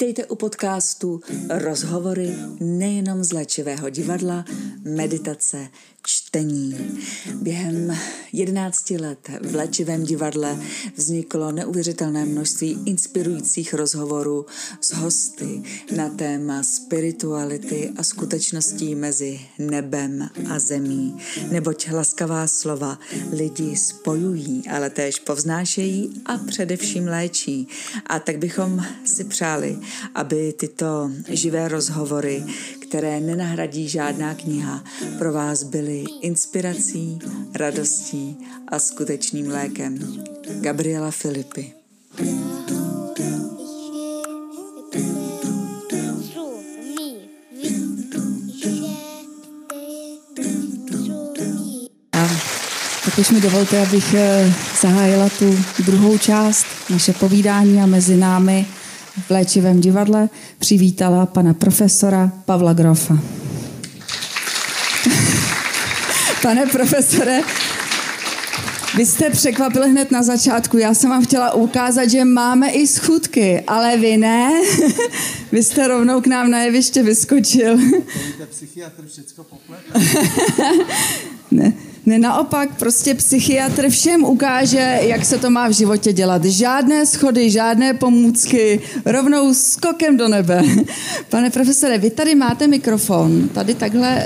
Vítejte u podcastu Rozhovory nejenom z léčivého divadla, meditace, čtení. Během 11 let v léčivém divadle vzniklo neuvěřitelné množství inspirujících rozhovorů s hosty na téma spirituality a skutečností mezi nebem a zemí. Neboť laskavá slova lidi spojují, ale též povznášejí a především léčí. A tak bychom si přáli, aby tyto živé rozhovory, které nenahradí žádná kniha, pro vás byly inspirací, radostí a skutečným lékem. Gabriela Filipy. Tak už mi dovolte, abych zahájila tu druhou část naše povídání a mezi námi v léčivém divadle přivítala pana profesora Pavla Grofa. Pane profesore, vy jste překvapil hned na začátku. Já jsem vám chtěla ukázat, že máme i schůdky, ale vy ne. Vy jste rovnou k nám na jeviště vyskočil. Víte, psychiatr všecko popletl? Ne, naopak, prostě psychiatr všem ukáže, jak se to má v životě dělat. Žádné schody, žádné pomůcky, rovnou skokem do nebe. Pane profesore, vy tady máte mikrofon, tady takhle,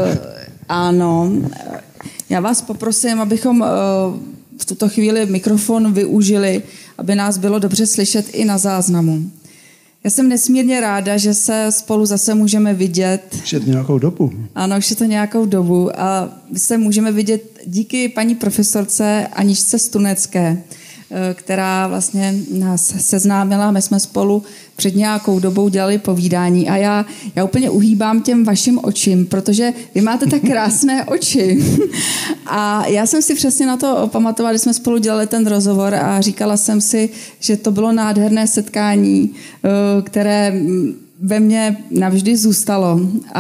ano. Já vás poprosím, abychom v tuto chvíli mikrofon využili, aby nás bylo dobře slyšet i na záznamu. Já jsem nesmírně ráda, že se spolu zase můžeme vidět. Už je to nějakou dobu. Ano, už je to nějakou dobu a se můžeme vidět díky paní profesorce Aničce Stunecké, která vlastně nás seznámila. My jsme spolu před nějakou dobou dělali povídání a já úplně uhýbám těm vašim očím, protože vy máte tak krásné oči. A já jsem si přesně na to pamatovala, když jsme spolu dělali ten rozhovor a říkala jsem si, že to bylo nádherné setkání, které ve mně navždy zůstalo.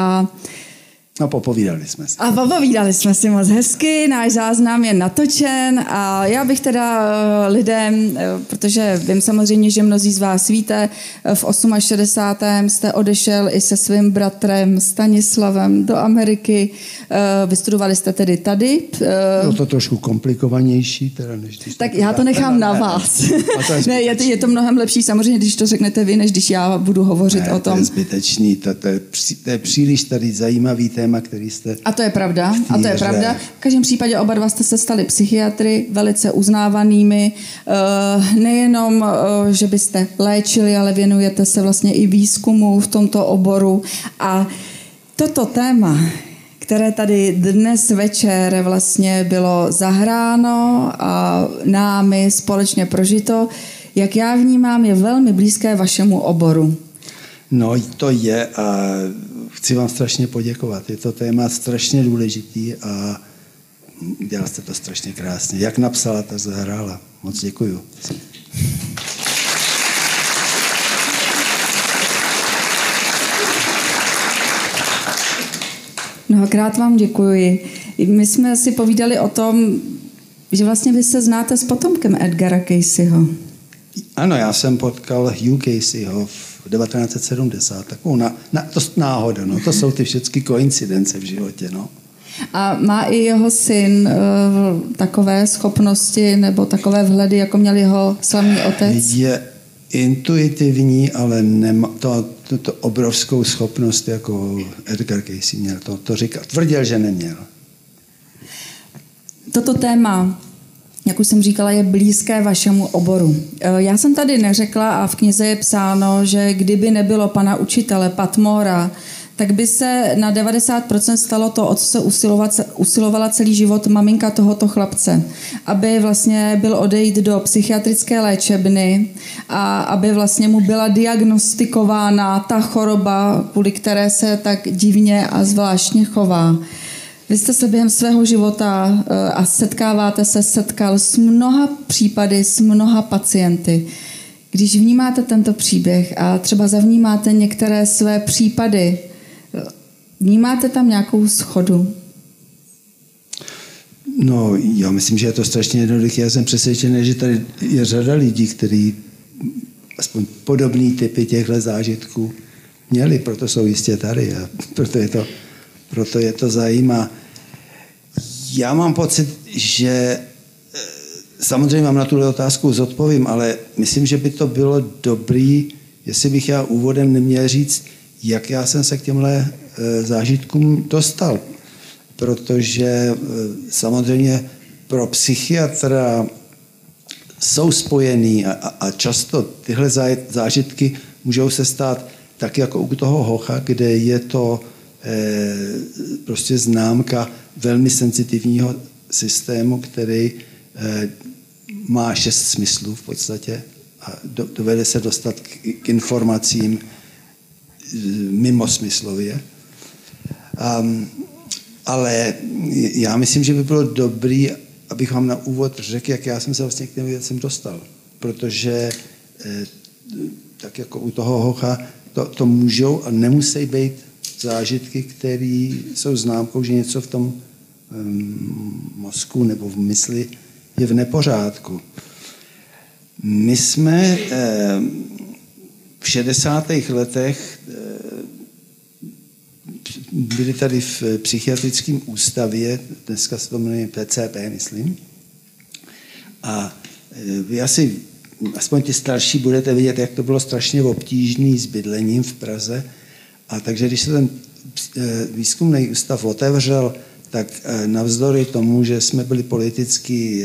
A popovídali jsme si. A popovídali jsme si moc hezky, náš záznam je natočen a já bych teda lidem, protože vím samozřejmě, že mnozí z vás víte, v 68. jste odešel i se svým bratrem Stanislavem do Ameriky. Vystudovali jste tedy tady. Bylo to trošku komplikovanější. Teda než tak já to nechám na vás. Ne, je to mnohem lepší samozřejmě, když to řeknete vy, než když já budu hovořit o tom. To je zbytečný, to je příliš tady zajímavý téma, který jste... A to je pravda, V každém případě oba dva jste se stali psychiatry, velice uznávanými. Nejenom, že byste léčili, ale věnujete se vlastně i výzkumu v tomto oboru. A toto téma, které tady dnes večer vlastně bylo zahráno a námi společně prožito, jak já vnímám, je velmi blízké vašemu oboru. No, to je a chci vám strašně poděkovat. Je to téma strašně důležitý a dělal jste to strašně krásně. Jak napsala, tak zahrála. Moc děkuju. Mnohokrát vám děkuji. My jsme si povídali o tom, že vlastně vy se znáte s potomkem Edgara Cayceho. Ano, já jsem potkal Hugh Caseyho v 1970. Takovou náhoda, no. To jsou ty všechny koincidence v životě, no. A má i jeho syn takové schopnosti nebo takové vhledy, jako měl jeho slavný otec? Je intuitivní, ale nemá to obrovskou schopnost, jako Edgar Cayce měl. To říkal. Tvrdil, že neměl. Toto téma, jak už jsem říkala, je blízké vašemu oboru. Já jsem tady neřekla a v knize je psáno, že kdyby nebylo pana učitele Patmora, tak by se na 90% stalo to, o co se usilovala celý život maminka tohoto chlapce. Aby vlastně byl odejít do psychiatrické léčebny a aby vlastně mu byla diagnostikována ta choroba, kvůli které se tak divně a zvláštně chová. Vy jste se během svého života a setkal s mnoha případy, s mnoha pacienty. Když vnímáte tento příběh a třeba zavnímáte některé své případy, vnímáte tam nějakou shodu? No, já myslím, že je to strašně jednoduché. Já jsem přesvědčený, že tady je řada lidí, kteří aspoň podobný typy těchto zážitků měli, proto jsou jistě tady a proto je to zajímá. Já mám pocit, že samozřejmě mám na tuhle otázku zodpovím, ale myslím, že by to bylo dobrý, jestli bych já úvodem neměl říct, jak já jsem se k těmhle zážitkům dostal. Protože samozřejmě pro psychiatra jsou spojený a často tyhle zážitky můžou se stát tak jako u toho hocha, kde je to prostě známka velmi senzitivního systému, který má 6 smyslů v podstatě a dovede se dostat k informacím mimo smyslově. Ale já myslím, že by bylo dobrý, abych vám na úvod řekl, jak já jsem se vlastně k těm věcem dostal. Protože tak jako u toho hocha to můžou a nemusí být zážitky, které jsou známkou, že něco v tom mozku nebo v mysli je v nepořádku. My jsme v 60. letech byli tady v psychiatrickém ústavě, dneska se to jmenuje PCP, myslím. A vy asi, aspoň ty starší, budete vidět, jak to bylo strašně obtížné s bydlením v Praze. A takže když se ten výzkumný ústav otevřel, tak navzdory tomu, že jsme byli politicky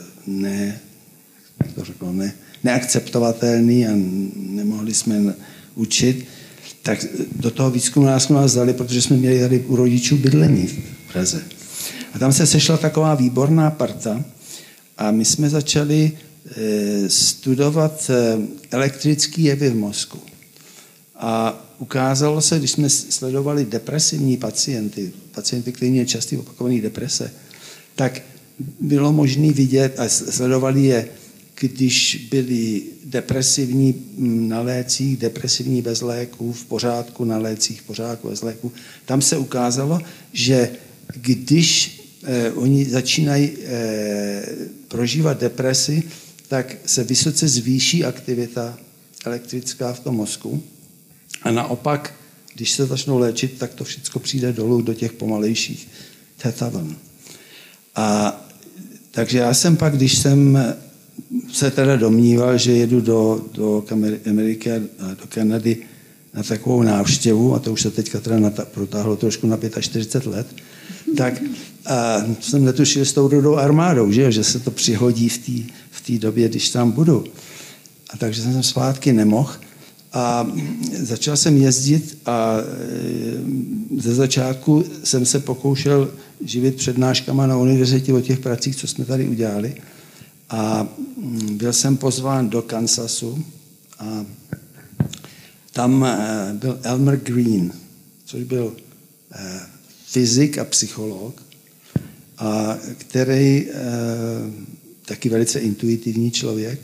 neakceptovatelní a nemohli jsme učit, tak do toho výzkumu nás dali, protože jsme měli tady u rodičů bydlení v Praze. A tam se sešla taková výborná parta a my jsme začali studovat elektrické jevy v mozku. A ukázalo se, když jsme sledovali depresivní pacienty, kteří měli častý opakovaný deprese, tak bylo možné vidět a sledovali je, když byli depresivní na lécích, depresivní bez léků, v pořádku na lécích, v pořádku bez léků. Tam se ukázalo, že když oni začínají prožívat depresi, tak se vysoce zvýší aktivita elektrická v tom mozku. A naopak, když se začnou léčit, tak to všechno přijde dolů do těch pomalejších theta vln. A takže já jsem pak, když jsem se teda domníval, že jedu do Ameriky a do Kanady na takovou návštěvu, a to už se teďka teda protáhlo trošku na 45 let, tak jsem netušil s tou rudou armádou, že se to přihodí v té době, když tam budu. A takže jsem zpátky nemohl. A začal jsem jezdit a ze začátku jsem se pokoušel živit přednáškama na univerzitě o těch pracích, co jsme tady udělali. A byl jsem pozván do Kansasu a tam byl Elmer Green, což byl fyzik a psycholog, a který taky velice intuitivní člověk,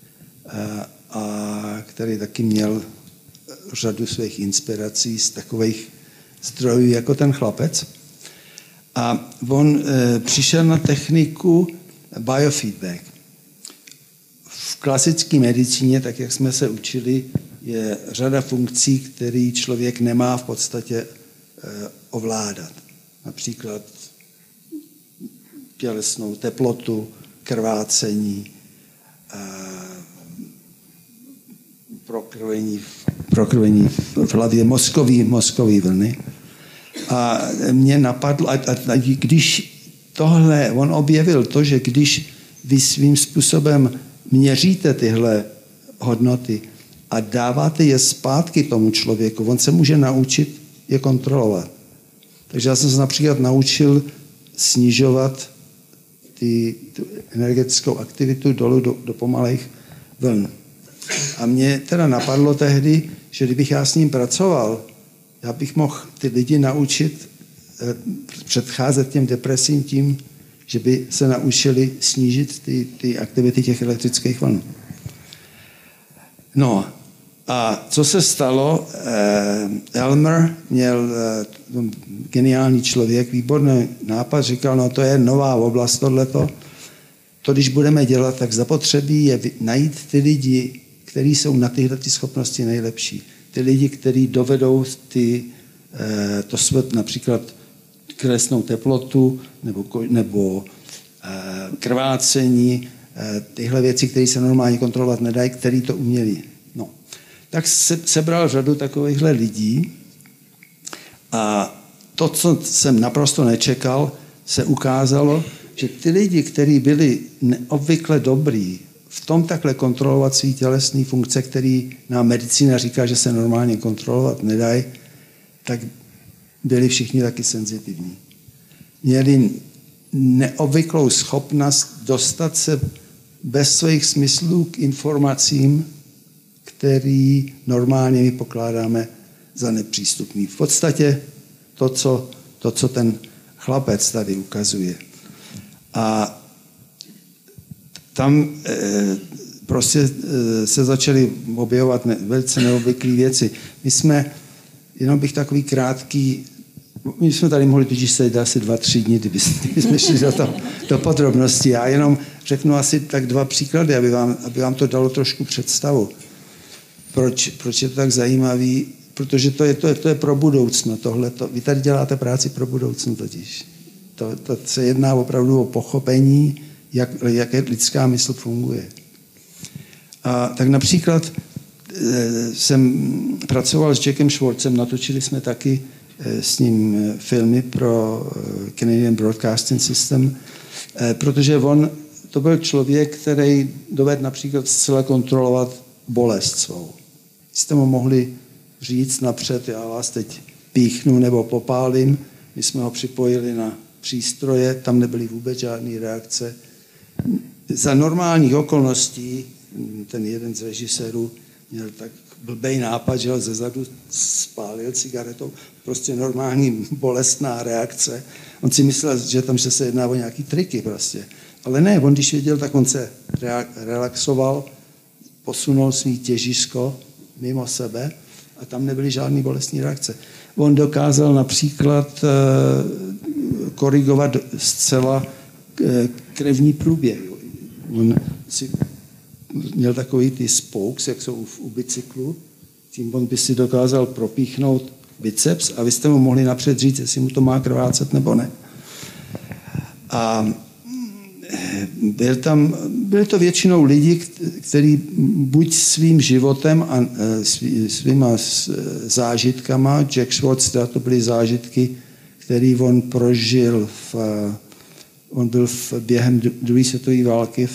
a který taky měl řadu svých inspirací z takových zdrojů jako ten chlapec. A on přišel na techniku biofeedback. V klasické medicíně, tak jak jsme se učili, je řada funkcí, které člověk nemá v podstatě ovládat. Například tělesnou teplotu, krvácení, prokrvení v hlavě, mozkový vlny. A mě napadlo, a když tohle, on objevil to, že když vy svým způsobem měříte tyhle hodnoty a dáváte je zpátky tomu člověku, on se může naučit je kontrolovat. Takže já jsem se například naučil snižovat tu energetickou aktivitu dolů do pomalejch vln. A mě teda napadlo tehdy, že kdybych já s ním pracoval, já bych mohl ty lidi naučit předcházet těm depresím tím, že by se naučili snížit ty aktivity těch elektrických vln. No a co se stalo? Elmer měl geniální člověk, výborný nápad, říkal, no to je nová oblast tohleto. To, když budeme dělat, tak zapotřebí je najít ty lidi, kteří jsou na tyhle schopnosti nejlepší. Ty lidi, kteří dovedou to svět, například kresnou teplotu nebo krvácení, tyhle věci, které se normálně kontrolovat nedají, který to uměli. No. Tak sebral řadu takovýchhle lidí a to, co jsem naprosto nečekal, se ukázalo, že ty lidi, kteří byli neobvykle dobrý v tom takhle kontrolovat svý tělesné funkce, který nám medicína říká, že se normálně kontrolovat nedají, tak byli všichni taky senzitivní. Měli neobvyklou schopnost dostat se bez svých smyslů k informacím, který normálně my pokládáme za nepřístupný. V podstatě to, co ten chlapec tady ukazuje. A tam prostě se začaly objevovat velice neobvyklé věci. Jenom bych takový krátký, my jsme tady mohli totiž sedět asi 2-3 dny, kdybychom šli do podrobností. Já jenom řeknu asi tak 2 příklady, aby vám to dalo trošku představu. Proč je to tak zajímavý? Protože to je pro budoucno tohleto. Vy tady děláte práci pro budoucno totiž. To se jedná opravdu o pochopení, jak lidská mysl funguje. A tak například jsem pracoval s Jackem Schwartzem, natočili jsme taky s ním filmy pro Canadian Broadcasting System, protože to byl člověk, který dovedl například zcela kontrolovat bolest svou. Jste mu mohli říct napřed, já vás teď píchnu nebo popálím, my jsme ho připojili na přístroje, tam nebyly vůbec žádné reakce. Za normálních okolností ten jeden z režisérů měl tak blbej nápad, že ho zezadu spálil cigaretou, prostě normální bolestná reakce. On si myslel, že se jedná o nějaký triky prostě. Ale ne, on když věděl, tak on se relaxoval, posunul svý těžisko mimo sebe a tam nebyly žádné bolestní reakce. On dokázal například korigovat zcela krevní průběh. On si měl takový ty spokes, jak jsou u bicyklu, tím on by si dokázal propíchnout biceps a vy jste mu mohli napřed říct, jestli mu to má krvácet nebo ne. A byli to většinou lidi, kteří buď svým životem a svýma zážitkama, Jack Schwartz, to byly zážitky, který on prožil, on byl během druhé světové války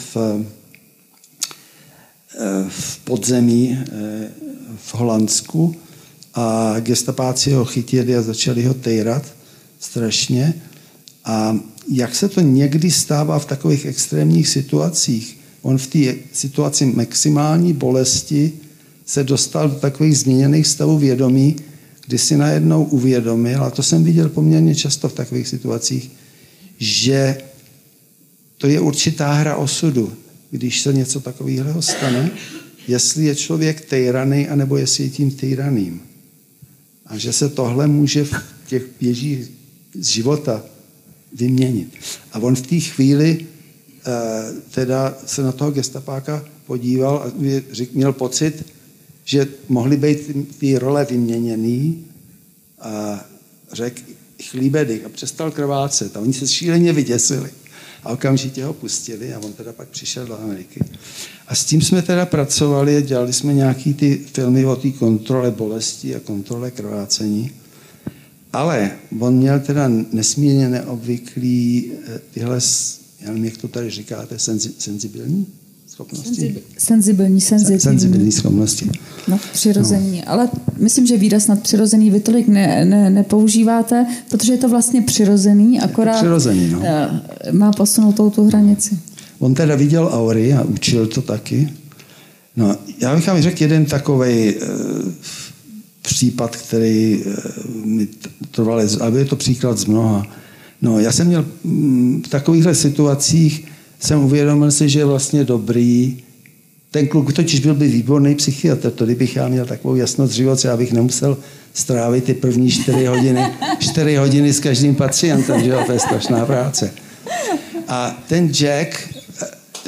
v podzemí v Holandsku a gestapáci ho chytili a začali ho tejrat strašně. A jak se to někdy stává v takových extrémních situacích, on v té situaci maximální bolesti se dostal do takových změněných stavů vědomí, kdy si najednou uvědomil, a to jsem viděl poměrně často v takových situacích, že to je určitá hra osudu, když se něco takového stane, jestli je člověk tejraný, anebo jestli je tím tejraným. A že se tohle může v těch běžích z života vyměnit. A on v té chvíli teda se na toho gestapáka podíval a měl pocit, že mohly být ty role vyměněný a řekl chlíbedych a přestal krvácet. A oni se šíleně vyděsili a okamžitě ho pustili a on teda pak přišel do Ameriky. A s tím jsme teda pracovali, dělali jsme nějaký ty filmy o té kontrole bolesti a kontrole krvácení. Ale on měl teda nesmírně neobvyklý tyhle, já nevím, jak to tady říkáte, senzibilní schopnosti? Senzibilní schopnosti. Nadpřirozený. No. Ale myslím, že výraz nadpřirozený vy tolik nepoužíváte, protože je to vlastně přirozený, akorát přirozený, no. Má posunutou tu hranici. On teda viděl aury a učil to taky. No, já bych vám řekl jeden takovej případ, který mi trval, ale je to příklad z mnoha. No, já jsem měl v takovýchhle situacích, jsem uvědomil si, že je vlastně dobrý. Ten kluk totiž byl by výborný psychiatr, to kdybych já měl takovou jasnost života, já bych nemusel strávit ty první 4 hodiny s každým pacientem, že jo, to je strašná práce. A ten Jack,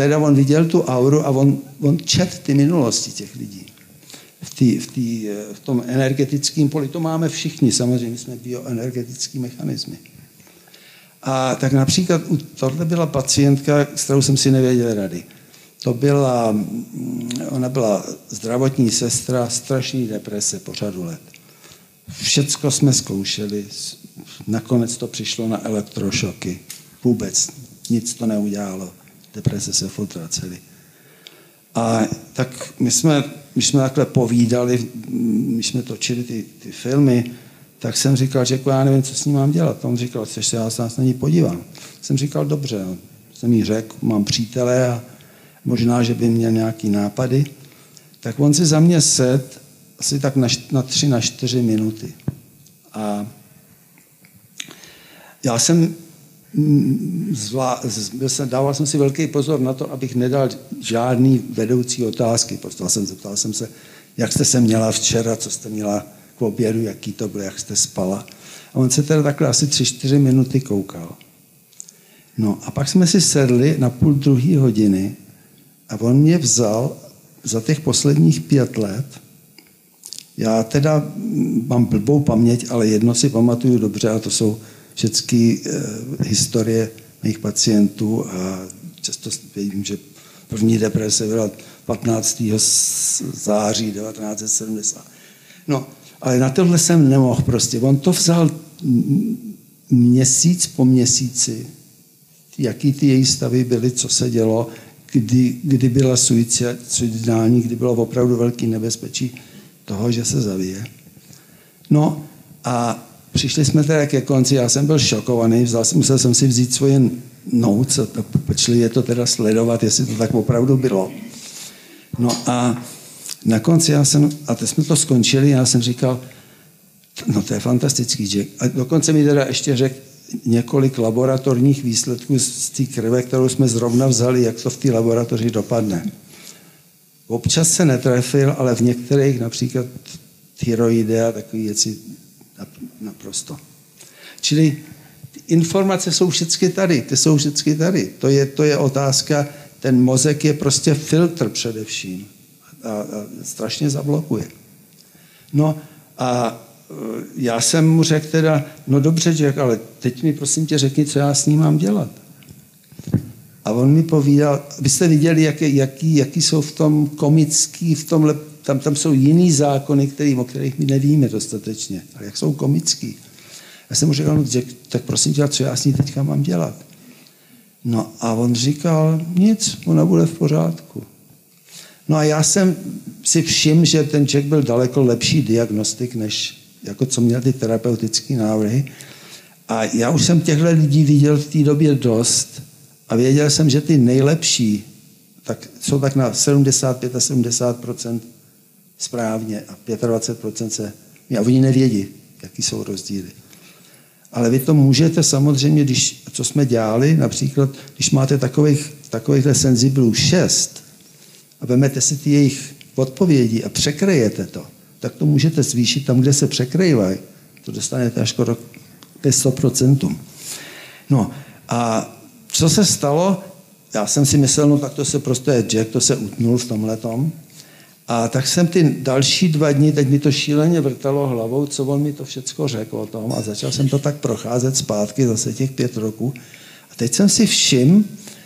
teda on viděl tu auru a on čet ty minulosti těch lidí. V tom energetickém poli, to máme všichni, samozřejmě jsme bioenergetický mechanismy. A tak například tohle byla pacientka, s kterou jsem si nevěděl rady. Ona byla zdravotní sestra, strašný deprese po řadu let. Všecko jsme zkoušeli, nakonec to přišlo na elektrošoky. Vůbec nic to neudělalo, deprese se furt vracely. A tak my jsme takhle povídali, když jsme točili ty filmy, tak jsem říkal, že já nevím, co s ní mám dělat. A on říkal, chceš se, já se na ní podívám. Jsem říkal, dobře. Jsem jí řekl, mám přítele a možná, že by měl nějaký nápady. Tak on si za mě sedl asi tak na 3 na 4 minuty. A já jsem dával jsem si velký pozor na to, abych nedal žádný vedoucí otázky. Zeptal jsem se, jak jste se měla včera, co jste měla k obědu, jaký to bylo, jak jste spala. A on se teda takhle asi 3-4 minuty koukal. No a pak jsme si sedli na 1:30 a on mě vzal za těch posledních 5 let. Já teda mám blbou paměť, ale jedno si pamatuju dobře a to jsou všechny historie mých pacientů a často vím, že první deprese byla 15. září 1970. No, ale na tohle jsem nemohl prostě. On to vzal měsíc po měsíci, jaký ty její stavy byly, co se dělo, kdy byla suicidální, kdy bylo opravdu velký nebezpečí toho, že se zabije. No a přišli jsme teda ke konci, já jsem byl šokovaný, musel jsem si vzít svoje notes a pečlivě to teda sledovat, jestli to tak opravdu bylo. No a na konci a teď jsme to skončili, já jsem říkal, no to je fantastický, Jack. A dokonce mi teda ještě řekl několik laboratorních výsledků z té krve, kterou jsme zrovna vzali, jak to v té laboratoři dopadne. Občas se netrefil, ale v některých, například thyroidy a takové věci, naprosto. Čili informace jsou všechny tady, ty jsou všechny tady. To je otázka, ten mozek je prostě filtr především a strašně zablokuje. No a já jsem mu řekl teda, no dobře, Jack, ale teď mi prosím tě řekni, co já s ním mám dělat. A on mi povídal, byste viděli, jaký jsou v tom komický, tam jsou jiný zákony, o kterých my nevíme dostatečně, ale jak jsou komický. Já jsem mu říkal, no Jack, tak prosím tě, co já s ní teďka mám dělat. No a on říkal, nic, ona bude v pořádku. No a já jsem si všiml, že ten Jack byl daleko lepší diagnostik, než jako co měl ty terapeutické návrhy. A já už jsem těchto lidí viděl v té době dost a věděl jsem, že ty nejlepší tak jsou tak na 75 a 70% správně a 25% se... A oni nevědí, jaký jsou rozdíly. Ale vy to můžete samozřejmě, co jsme dělali, například, když máte takovýchhle senzibilů 6 a vezmete si ty jejich odpovědi a překrejete to, tak to můžete zvýšit tam, kde se překrývají. To dostanete až skoro ke 100%. No a co se stalo? Já jsem si myslel, no tak to se prostě Jack, to se utnul v tomhletom. A tak jsem ty další 2 dny, teď mi to šíleně vrtalo hlavou, co on mi to všecko řekl o tom a začal jsem to tak procházet zpátky zase těch 5 roků. A teď jsem si všiml,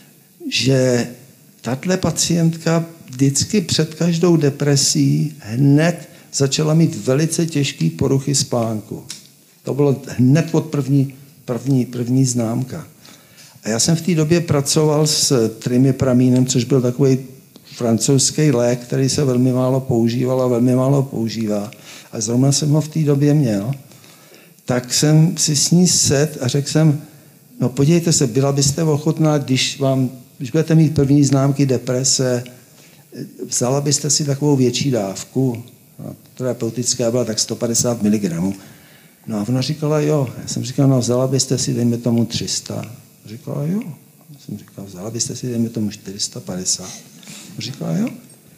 že tato pacientka vždycky před každou depresí hned začala mít velice těžké poruchy spánku. To bylo hned od první známka. A já jsem v té době pracoval s trimipramínem, což byl takový francouzský lék, který se velmi málo používal a velmi málo používá. A zrovna jsem ho v té době měl. Tak jsem si s ní sedl a řekl jsem, no podívejte se, byla byste ochotná, když budete mít první známky deprese, vzala byste si takovou větší dávku, terapeutická byla tak 150 mg. No a ona říkala jo. Já jsem říkal, no vzala byste si, dejme tomu 300. Říkala jo. Já jsem říkal, vzala byste si, dejme tomu 450. Říkala jo.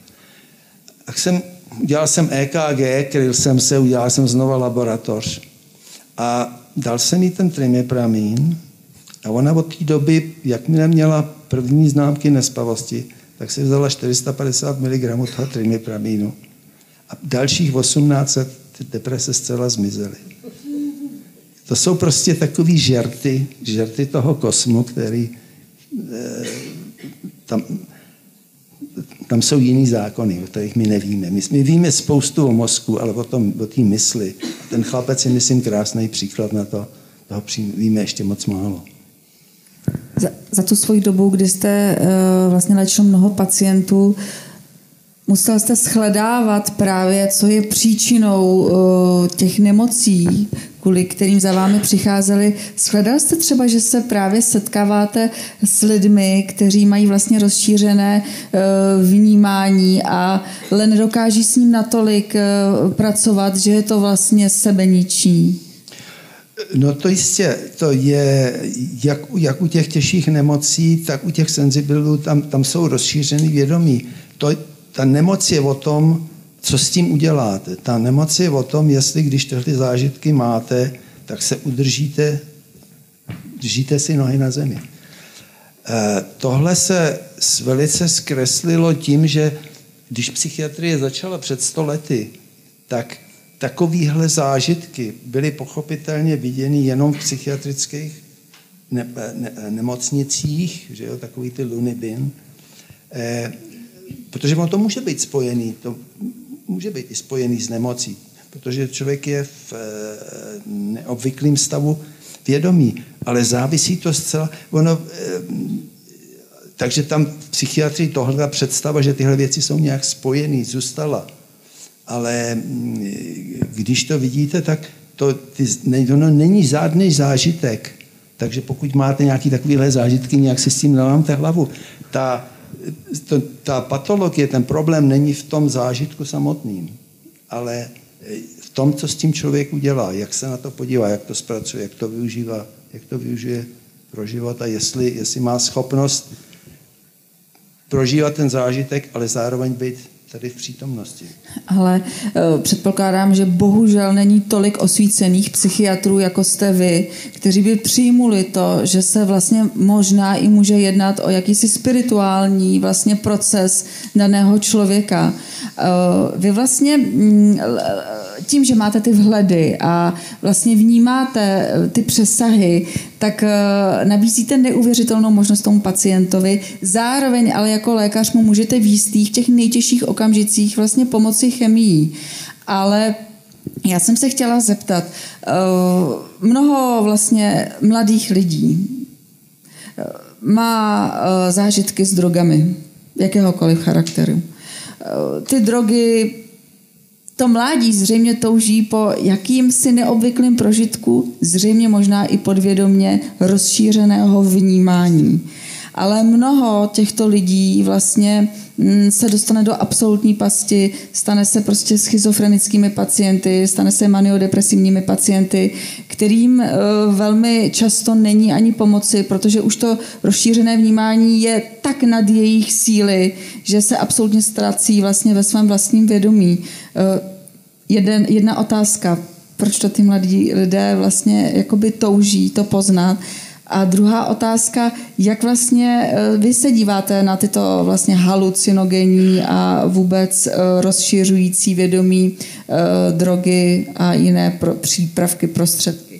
Tak udělal jsem EKG, kryl jsem se, udělal jsem znova laboratoř a dal jsem jí ten trimipramín A ona od té doby, jakmile měla první známky nespavosti, tak si vzala 450 mg toho trimipramínu. A dalších 18 let ty deprese zcela zmizely. To jsou prostě takový žerty toho kosmu, který tam jsou jiný zákony, o kterých my nevíme. My víme spoustu o mozku, ale o té mysli. Ten chlapec je, myslím, krásný příklad na to. Toho víme ještě moc málo. Za tu svoji dobu, kdy jste vlastně léčil mnoho pacientů, musel jste shledávat právě, co je příčinou těch nemocí, kvůli kterým za vámi přicházeli. Shledal jste třeba, že se právě setkáváte s lidmi, kteří mají vlastně rozšířené vnímání a nedokáží s ním natolik pracovat, že je to vlastně sebeničí? No to jistě, to je jak u těch těžších nemocí, tak u těch senzibilů, tam jsou rozšířený vědomí. Ta nemoc je o tom, co s tím uděláte. Ta nemoc je o tom, jestli když ty zážitky máte, tak se držíte si nohy na zemi. Tohle se velice zkreslilo tím, že když psychiatrie začala před 100 lety, tak takovýhle zážitky byly pochopitelně viděny jenom v psychiatrických nemocnicích, že jo, takový ty Looney Bin, protože ono to může být spojený, to může být i spojený s nemocí, protože člověk je v neobvyklém stavu vědomí, ale závisí to zcela, takže tam v psychiatrii tohle představa, že tyhle věci jsou nějak spojený, zůstala. Ale když to vidíte, tak to není žádný zážitek. Takže pokud máte nějaký takovýhle zážitky, nějak si s tím nalámte hlavu. Ta patologie, ten problém není v tom zážitku samotným, ale v tom, co s tím člověk udělá, jak se na to podívá, jak to zpracuje, jak to využije pro život a jestli má schopnost prožívat ten zážitek, ale zároveň být tady v přítomnosti. Ale předpokládám, že bohužel není tolik osvícených psychiatrů, jako jste vy, kteří by přijmuli to, že se vlastně možná i může jednat o jakýsi spirituální vlastně proces daného člověka. Vy vlastně tím, že máte ty vhledy a vlastně vnímáte ty přesahy, tak nabízíte neuvěřitelnou možnost tomu pacientovi. Zároveň ale jako lékař mu můžete v jistých, v těch nejtěžších okamžicích vlastně pomoci chemií. Ale já jsem se chtěla zeptat, mnoho vlastně mladých lidí má zážitky s drogami, jakéhokoliv charakteru. Ty drogy, to mládí zřejmě touží po jakýmsi neobvyklým prožitku, zřejmě možná i podvědomě rozšířeného vnímání. Ale mnoho těchto lidí vlastně se dostane do absolutní pasti, stane se prostě schizofrenickými pacienty, stane se maniodepresivními pacienty, kterým velmi často není ani pomoci, protože už to rozšířené vnímání je tak nad jejich síly, že se absolutně ztrací vlastně ve svém vlastním vědomí. Jedna otázka, proč to ty mladí lidé vlastně jakoby touží to poznat. A druhá otázka, jak vlastně vy se díváte na tyto vlastně halucinogenní a vůbec rozšiřující vědomí drogy a jiné přípravky, prostředky?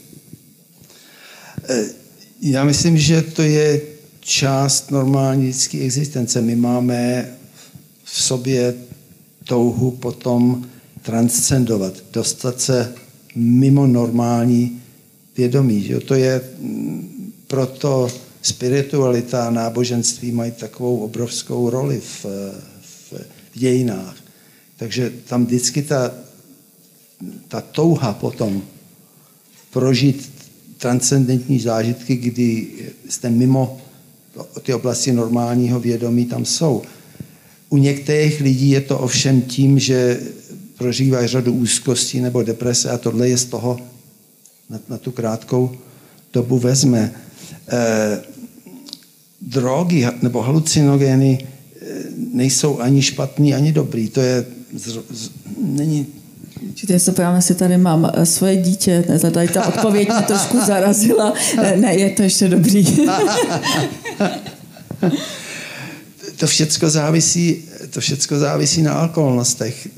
Já myslím, že to je část normální lidské existence. My máme v sobě touhu potom transcendovat, dostat se mimo normální vědomí. Že? To je proto spiritualita a náboženství mají takovou obrovskou roli v dějinách. Takže tam vždycky ta touha potom prožít transcendentní zážitky, kdy jste mimo ty oblasti normálního vědomí, tam jsou. U některých lidí je to ovšem tím, že prožívají řadu úzkostí nebo deprese a tohle je z toho na tu krátkou dobu vezme. Drogy nebo halucinogeny nejsou ani špatný, ani dobrý. To je, není Já se podívám, jestli tady mám svoje dítě. Tady ta odpověď mě trošku zarazila. Ne, je to ještě dobrý. To všecko závisí na okolnostech.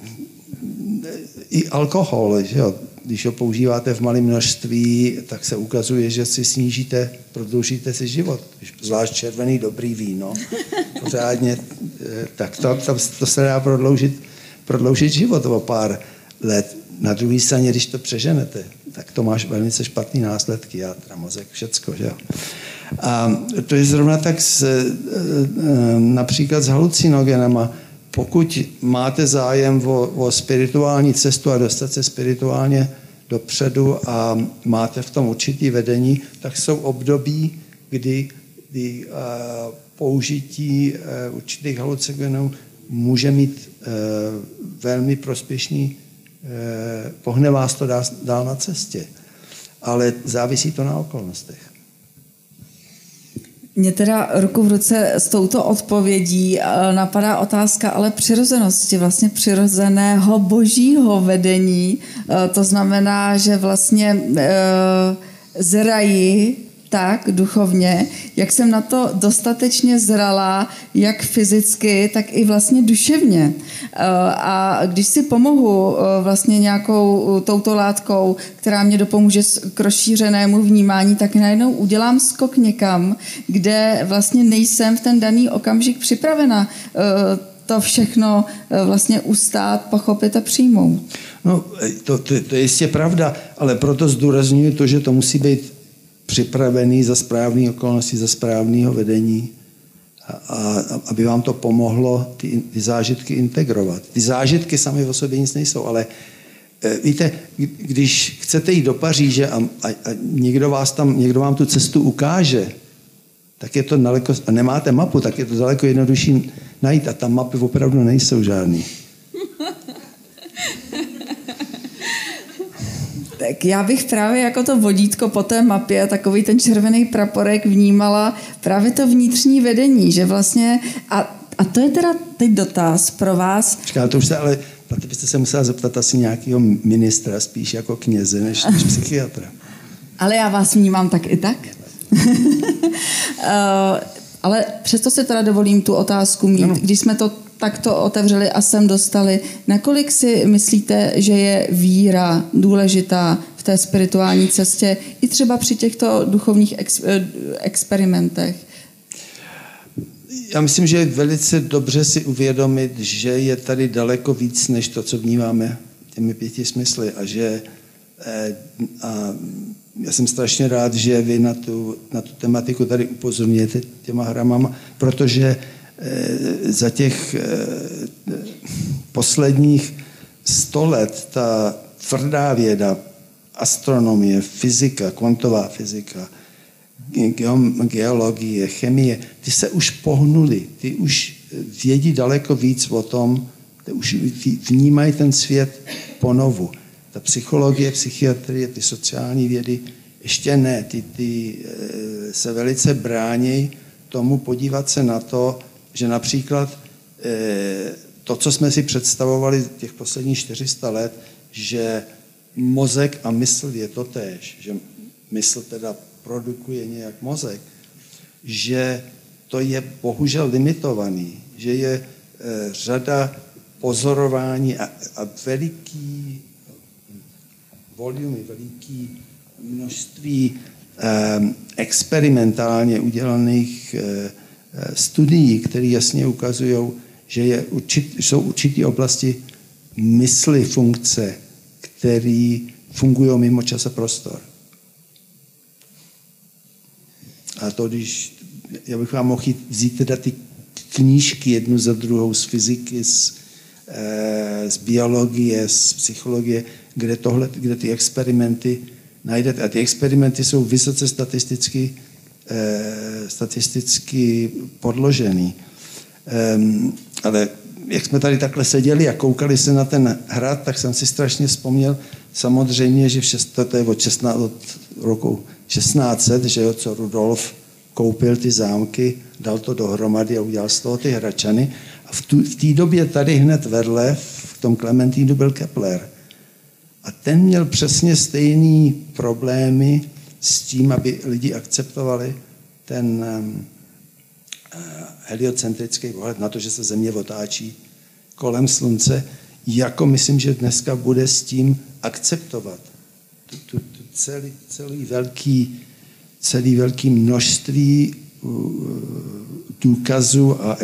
I alkohol, že jo? Když ho používáte v malém množství, tak se ukazuje, že si prodloužíte si život. Zvlášť červený dobrý víno, pořádně, tak to se dá prodloužit život o pár let. Na druhé straně, když to přeženete, tak to máš velmi špatný následky, játra, mozek, všecko, že jo. A to je zrovna tak například s halucinogenama. Pokud máte zájem o spirituální cestu a dostat se spirituálně dopředu a máte v tom určitý vedení, tak jsou období, kdy použití určitých halucinogenů může mít velmi prospěšný, pohne vás to dál na cestě. Ale závisí to na okolnostech. Mě teda ruku v ruce s touto odpovědí napadá otázka ale přirozenosti, vlastně přirozeného božího vedení. To znamená, že vlastně zrají tak duchovně, jak jsem na to dostatečně zralá, jak fyzicky, tak i vlastně duševně. A když si pomohu vlastně nějakou touto látkou, která mě dopomůže k rozšířenému vnímání, tak najednou udělám skok někam, kde vlastně nejsem v ten daný okamžik připravena to všechno vlastně ustát, pochopit a přijmout. No, to je jistě pravda, ale proto zdůrazňuji to, že to musí být připravený za správné okolnosti, za správného vedení, a aby vám to pomohlo ty zážitky integrovat. Ty zážitky sami o sobě nic nejsou, ale víte, když chcete jít do Paříže a někdo vám tu cestu ukáže, tak je to daleko, a nemáte mapu, tak je to daleko jednodušší najít, a tam mapy opravdu nejsou žádný. Tak já bych právě jako to vodítko po té mapě, takový ten červený praporek vnímala právě to vnitřní vedení, že vlastně, a to je teda teď dotaz pro vás. Říkám, to už se, ale na to byste se musela zeptat asi nějakého ministra, spíš jako kněze, než psychiatra. Ale já vás vnímám tak i tak. Ale přesto si teda dovolím tu otázku mít, když jsme to takto otevřeli a sem dostali. Nakolik si myslíte, že je víra důležitá v té spirituální cestě i třeba při těchto duchovních experimentech? Já myslím, že je velice dobře si uvědomit, že je tady daleko víc, než to, co vnímáme těmi 5 smysly, a že já jsem strašně rád, že vy na tu tematiku tady upozorňujete těma hramama, protože za těch posledních 100 let ta tvrdá věda, astronomie, fyzika, kvantová fyzika, geologie, chemie, ty se už pohnuly, ty už vědí daleko víc o tom, ty už vnímají ten svět ponovu. Ta psychologie, psychiatrie, ty sociální vědy ještě ne, ty se velice brání tomu podívat se na to, že například to, co jsme si představovali těch posledních 400 let, že mozek a mysl je totéž, že mysl teda produkuje nějak mozek, že to je bohužel limitovaný, že je řada pozorování a veliký volumy, veliký množství experimentálně udělaných studií, které jasně ukazují, že jsou určité oblasti mysli, funkce, které fungují mimo čas a prostor. A to, když já bych vám mohl vzít teda ty knížky jednu za druhou z fyziky, z biologie, z psychologie, kde ty experimenty najdete. A ty experimenty jsou vysoce statisticky podložený. Ale jak jsme tady takhle seděli a koukali se na ten hrad, tak jsem si strašně vzpomněl samozřejmě, že to je od roku 1600, že jo, co Rudolf koupil ty zámky, dal to dohromady a udělal z toho ty Hradčany. A v té době tady hned vedle, v tom Klementínu byl Kepler. A ten měl přesně stejný problémy s tím, aby lidi akceptovali ten heliocentrický pohled na to, že se Země otáčí kolem Slunce, jako myslím, že dneska bude s tím akceptovat celý velký množství důkazů a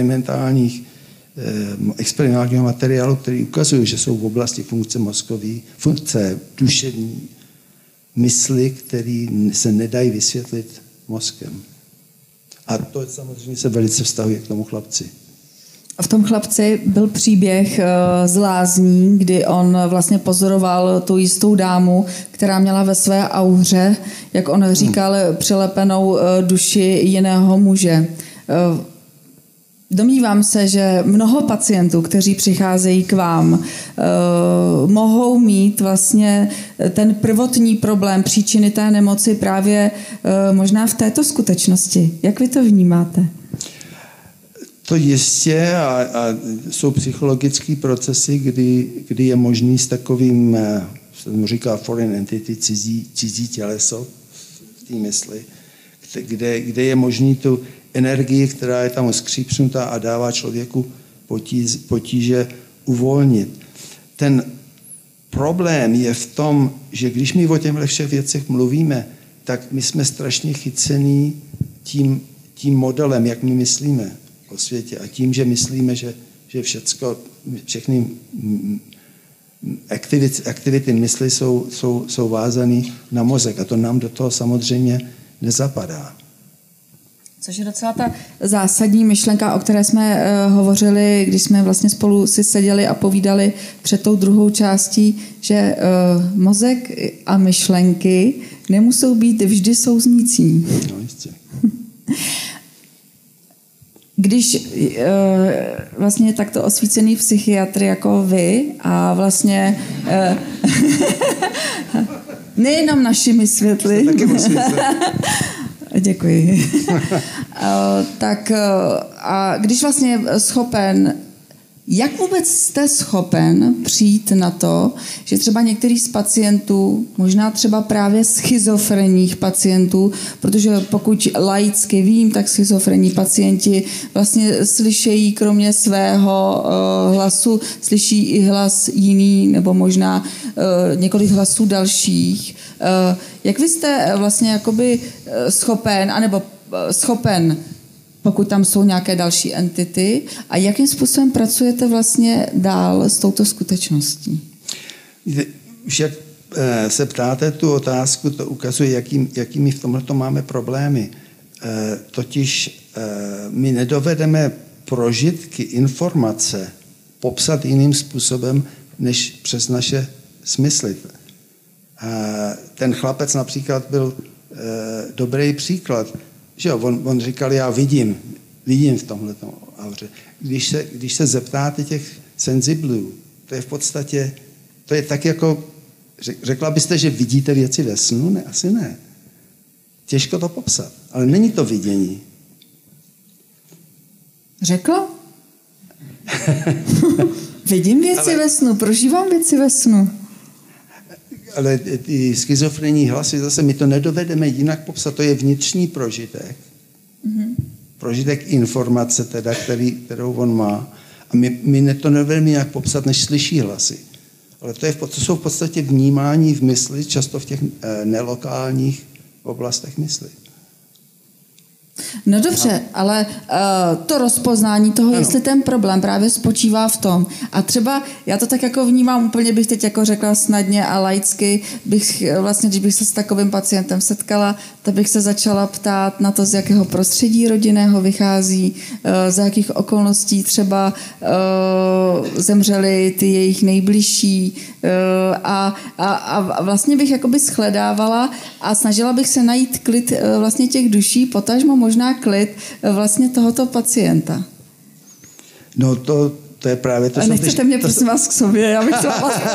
experimentálního materiálu, který ukazují, že jsou v oblasti funkce duševní mysli, které se nedají vysvětlit mozkem. A to samozřejmě se velice vztahuje k tomu chlapci. V tom chlapci byl příběh z lázní, kdy on vlastně pozoroval tu jistou dámu, která měla ve své auře, jak on říkal, přilepenou duši jiného muže. Domnívám se, že mnoho pacientů, kteří přicházejí k vám, mohou mít vlastně ten prvotní problém příčiny té nemoci právě možná v této skutečnosti. Jak vy to vnímáte? To jistě a jsou psychologické procesy, kdy je možný s takovým, se mu říká foreign entity, cizí těleso v té mysli, kde je možný tu energii, která je tam skřípnutá a dává člověku potíže uvolnit. Ten problém je v tom, že když my o těchto všech věcech mluvíme, tak my jsme strašně chycený tím modelem, jak my myslíme o světě a tím, že myslíme, že všechny aktivity mysli jsou vázané na mozek a to nám do toho samozřejmě nezapadá. Což je docela ta zásadní myšlenka, o které jsme hovořili, když jsme vlastně spolu si seděli a povídali před tou druhou částí, že mozek a myšlenky nemusou být vždy souznící. No, jistě. Když vlastně je takto osvícený psychiatr jako vy a vlastně nejenom našimi světly, děkuji. Tak a když vlastně schopen, jak vůbec jste schopen přijít na to, že třeba některý z pacientů, možná třeba právě schizofrenních pacientů, protože pokud laicky vím, tak schizofrenní pacienti vlastně slyšejí kromě svého hlasu, slyší i hlas jiný nebo možná několik hlasů dalších. Jak vy jste vlastně jakoby schopen, pokud tam jsou nějaké další entity, a jakým způsobem pracujete vlastně dál s touto skutečností? Už jak se ptáte tu otázku, to ukazuje, jakými v tomhle máme problémy. Totiž my nedovedeme prožitky, informace popsat jiným způsobem, než přes naše smysly. Ten chlapec například byl dobrý příklad, že jo, on říkal, já vidím v tomhletom auře. Když se zeptáte těch senziblů, to je v podstatě, to je tak jako, řekla byste, že vidíte věci ve snu? Ne, asi ne. Těžko to popsat, ale není to vidění. Řekla? Vidím věci ve snu, prožívám věci ve snu. Ale ty schizofrenní hlasy, zase my to nedovedeme jinak popsat, to je vnitřní prožitek. Mm-hmm. Prožitek informace, teda, kterou on má. A my to nedovedeme jinak popsat, než slyší hlasy. Ale to jsou v podstatě vnímání v mysli, často v těch nelokálních oblastech mysli. No dobře, ale to rozpoznání toho, jestli ten problém právě spočívá v tom. A třeba, já to tak jako vnímám, úplně bych teď jako řekla snadně a laicky, bych vlastně, když bych se s takovým pacientem setkala, tak bych se začala ptát na to, z jakého prostředí rodinného vychází, za jakých okolností třeba zemřeli ty jejich nejbližší a vlastně bych jakoby shledávala a snažila bych se najít klid vlastně těch duší, potažmo možná klid vlastně tohoto pacienta. No to je právě to. A nechcete mě prosím vás k sobě, já bych chtěla vás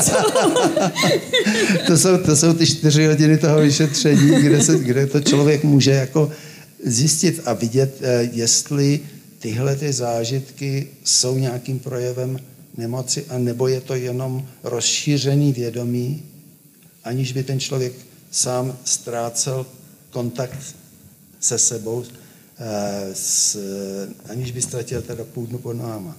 to jsou ty 4 hodiny toho vyšetření, kde to člověk může jako zjistit a vidět, jestli tyhle ty zážitky jsou nějakým projevem nemoci, anebo je to jenom rozšířený vědomí, aniž by ten člověk sám ztrácel kontakt se sebou, aniž by ztratil teda půdu pod nohama.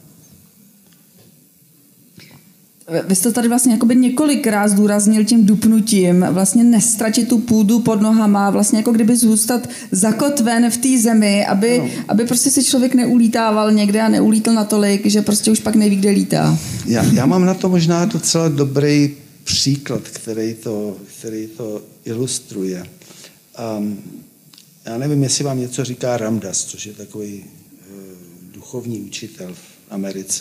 Vy jste tady vlastně jakoby několikrát zdůraznil tím dupnutím vlastně nestratit tu půdu pod nohama, vlastně jako kdyby zůstat zakotven v té zemi, aby prostě si člověk neulítával někde a neulítl natolik, že prostě už pak neví, kde lítá. Já mám na to možná docela dobrý příklad, který to ilustruje. Já nevím, jestli vám něco říká Ramdas, což je takový duchovní učitel v Americe.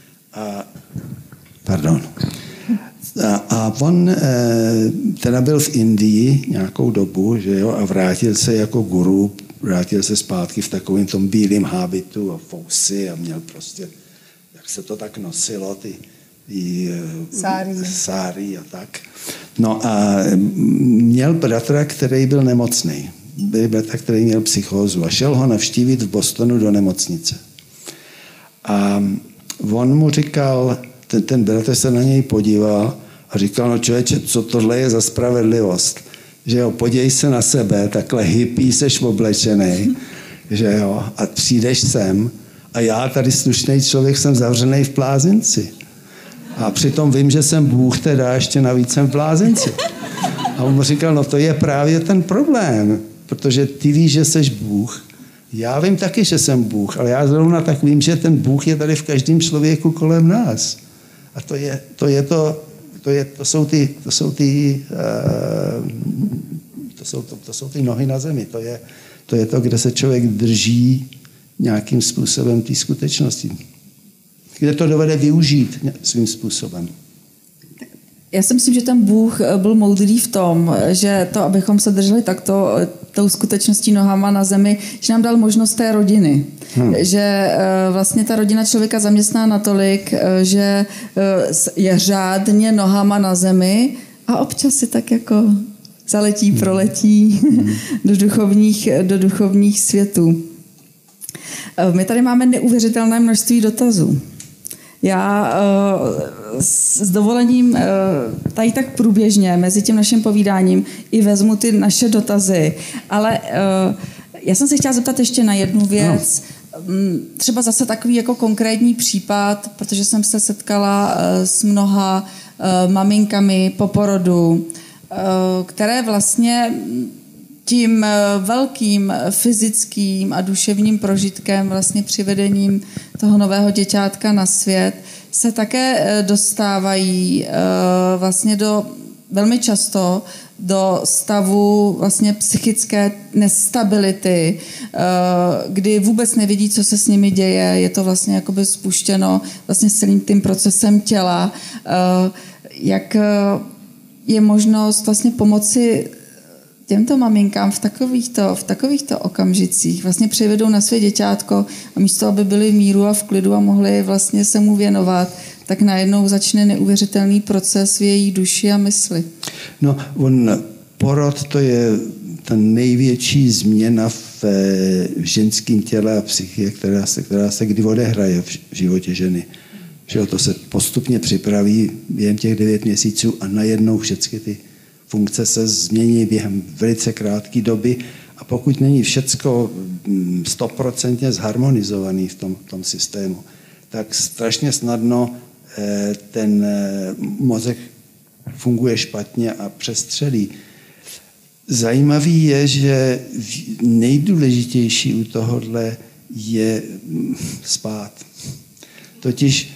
A on teda byl v Indii nějakou dobu, že jo, a vrátil se jako guru, vrátil se zpátky v takovém tom bílém hábitu a fousy a měl prostě, jak se to tak nosilo, ty sáry a tak. No a měl bratra, který byl nemocný. Byl bratra, který měl psychózu a šel ho navštívit v Bostonu do nemocnice. A on mu říkal, ten bratr se na něj podíval a říkal, no člověče, co tohle je za spravedlivost? Že jo, podívej se na sebe, takhle hippie seš oblečenej, že jo, a přijdeš sem a já tady slušný člověk jsem zavřený v blázinci. A přitom vím, že jsem Bůh, teda ještě navíc jsem v blázinci. A on mu říkal, no to je právě ten problém, protože ty víš, že seš Bůh. Já vím taky, že jsem Bůh, ale já zrovna tak vím, že ten Bůh je tady v každém člověku kolem nás. A to jsou ty nohy na zemi. To je to, kde se člověk drží nějakým způsobem té skutečnosti. Kde to dovede využít svým způsobem. Já si myslím, že ten Bůh byl moudrý v tom, že to, abychom se drželi takto tou skutečností nohama na zemi, že nám dal možnost té rodiny. Že vlastně ta rodina člověka zaměstná natolik, že je řádně nohama na zemi a občas si tak jako zaletí, proletí do duchovních světů. My tady máme neuvěřitelné množství dotazů. Já s dovolením tady tak průběžně mezi tím naším povídáním i vezmu ty naše dotazy, ale já jsem se chtěla zeptat ještě na jednu věc, třeba zase takový jako konkrétní případ, protože jsem se setkala s mnoha maminkami po porodu, které vlastně tím velkým fyzickým a duševním prožitkem, vlastně přivedením toho nového děťátka na svět, se také dostávají vlastně velmi často do stavu vlastně psychické nestability, kdy vůbec nevidí, co se s nimi děje, je to vlastně jakoby spuštěno vlastně celým tím procesem těla. Jak je možnost vlastně pomoci těmto maminkám v takovýchto okamžicích vlastně přivedou na své děťátko a místo, aby byli v míru a v klidu a mohli vlastně se mu věnovat, tak najednou začne neuvěřitelný proces v její duši a mysli. No, porod to je ta největší změna v ženském těle a psychice, která se kdy odehraje v životě ženy. Že to se postupně připraví během těch 9 měsíců a najednou všechny ty funkce se změní během velice krátké doby a pokud není všecko 100% zharmonizovaný v tom systému, tak strašně snadno ten mozek funguje špatně a přestřelí. Zajímavý je, že nejdůležitější u tohohle je spát. Totiž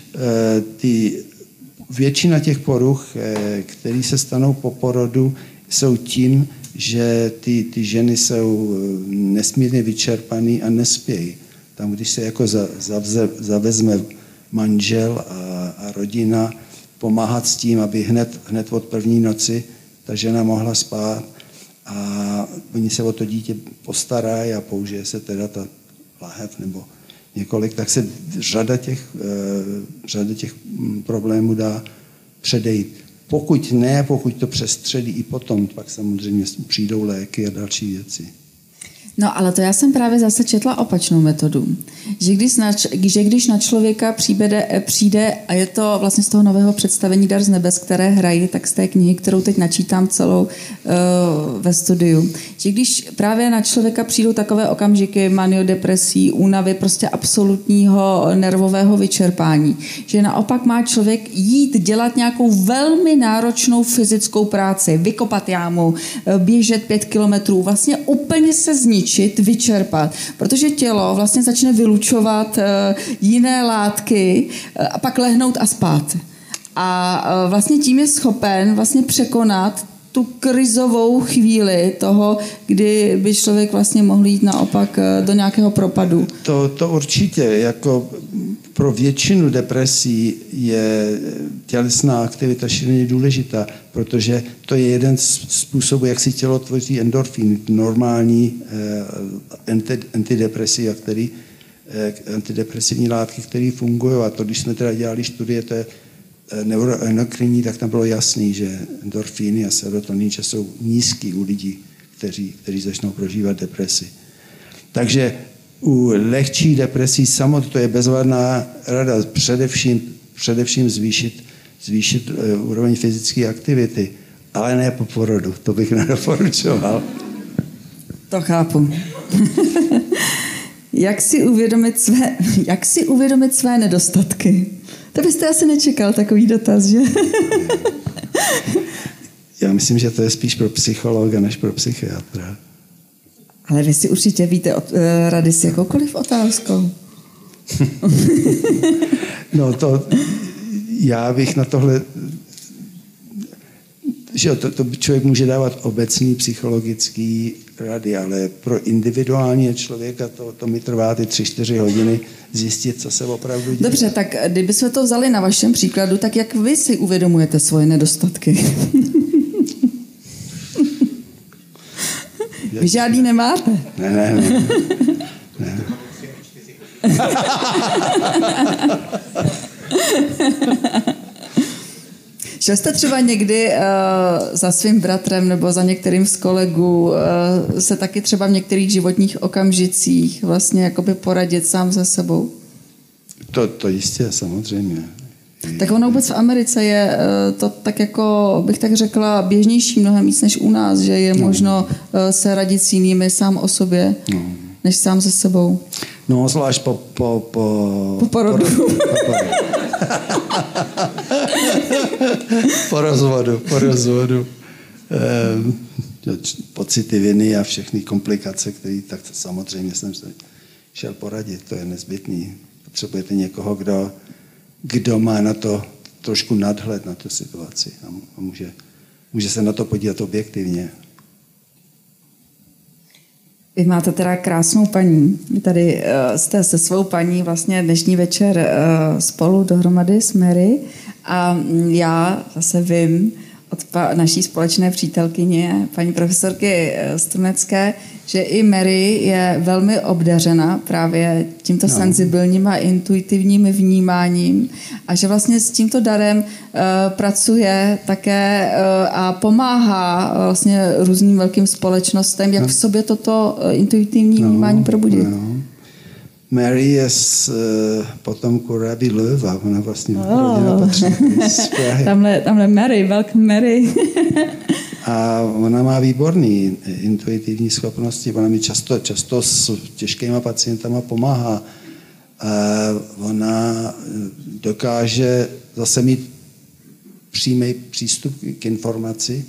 většina těch poruch, které se stanou po porodu, jsou tím, že ty ženy jsou nesmírně vyčerpaný a nespějí. Tam, když se jako zavezme manžel a rodina pomáhat s tím, aby hned od první noci ta žena mohla spát a oni se o to dítě postarají a použije se teda ta lahev nebo několik, tak se řada těch problémů dá předejít. Pokud to přestřelí i potom, pak samozřejmě přijdou léky a další věci. No, ale to já jsem právě zase četla opačnou metodu. Že když na člověka přijde, a je to vlastně z toho nového představení Dar z nebes, které hrají, tak z té knihy, kterou teď načítám celou ve studiu, že když právě na člověka přijdou takové okamžiky maniodepresí, únavy, prostě absolutního nervového vyčerpání, že naopak má člověk jít dělat nějakou velmi náročnou fyzickou práci, vykopat jámu, běžet 5 kilometrů, vlastně úplně se zničit, vyčerpat, protože tělo vlastně začne vylučovat jiné látky a pak lehnout a spát. A vlastně tím je schopen vlastně překonat tu krizovou chvíli toho, kdy by člověk vlastně mohl jít naopak do nějakého propadu. To určitě, jako pro většinu depresí je tělesná aktivita šíleně důležitá, protože to je jeden z způsobů, jak si tělo tvoří endorfín, normální antidepresivní látky, které fungují. A to, když jsme teda dělali studie, to je neuroendokrinní, tak tam bylo jasný, že endorfíny a serotonin jsou nízký u lidí, kteří začnou prožívat depresi. Takže u lehčí depresí to je bezvadná rada především zvýšit úroveň fyzické aktivity, ale ne po porodu, to bych nedoporučoval. To chápu. Jak si uvědomit své nedostatky? To byste asi nečekal takový dotaz, že? Já myslím, že to je spíš pro psychologa než pro psychiatra. Ale vy si určitě víte rady s jakoukoliv otázkou. No to, já bych na tohle, že to člověk může dávat obecný psychologický rady, ale pro individuálního člověka to mi trvá ty 3-4 hodiny zjistit, co se opravdu děje. Dobře, tak kdybychom to vzali na vašem příkladu, tak jak vy si uvědomujete svoje nedostatky? Vy žádný nemáte? Ne. Šel jste třeba někdy za svým bratrem nebo za některým z kolegů se taky třeba v některých životních okamžicích vlastně jakoby poradit sám se sebou? To jistě, samozřejmě. Tak ono vůbec v Americe je to tak jako, bych tak řekla, běžnější mnohem víc než u nás, že je možno se radit s jinými sám o sobě, než sám se sebou. No, zvlášť po porodu. Po rozvodu. Pocity viny a všechny komplikace, které tak samozřejmě jsem se šel poradit, to je nezbytný. Potřebujete někoho, kdo má na to trošku nadhled na tu situaci a může se na to podívat objektivně. Vy máte teda krásnou paní. Vy tady jste se svou paní vlastně dnešní večer spolu dohromady s Mary a já zase vím od naší společné přítelkyně, paní profesorky Strunecké, že i Mary je velmi obdařena právě tímto senzibilním a intuitivním vnímáním a že vlastně s tímto darem pracuje také a pomáhá vlastně různým velkým společnostem, jak v sobě toto intuitivní vnímání probudit. Mary je z potomku Rabbi Löwa, ona vlastně rodina patří z Prahy. Tamhle Mary, welcome Mary. A ona má výborný intuitivní schopnosti, ona mi často s těžkýma pacientama pomáhá. Ona dokáže zase mít přímý přístup k informaci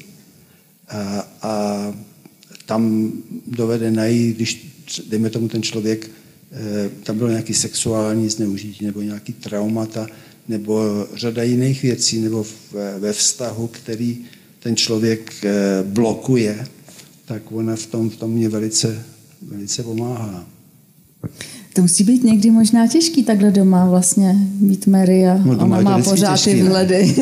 a tam dovede najít, když dejme tomu ten člověk, tam bylo nějaké sexuální zneužití nebo nějaký traumata nebo řada jiných věcí nebo ve vztahu, který ten člověk blokuje, tak ona v tom mě velice pomáhá. To musí být někdy možná těžký takhle doma vlastně mít Mary a ona má pořád ty vhledy.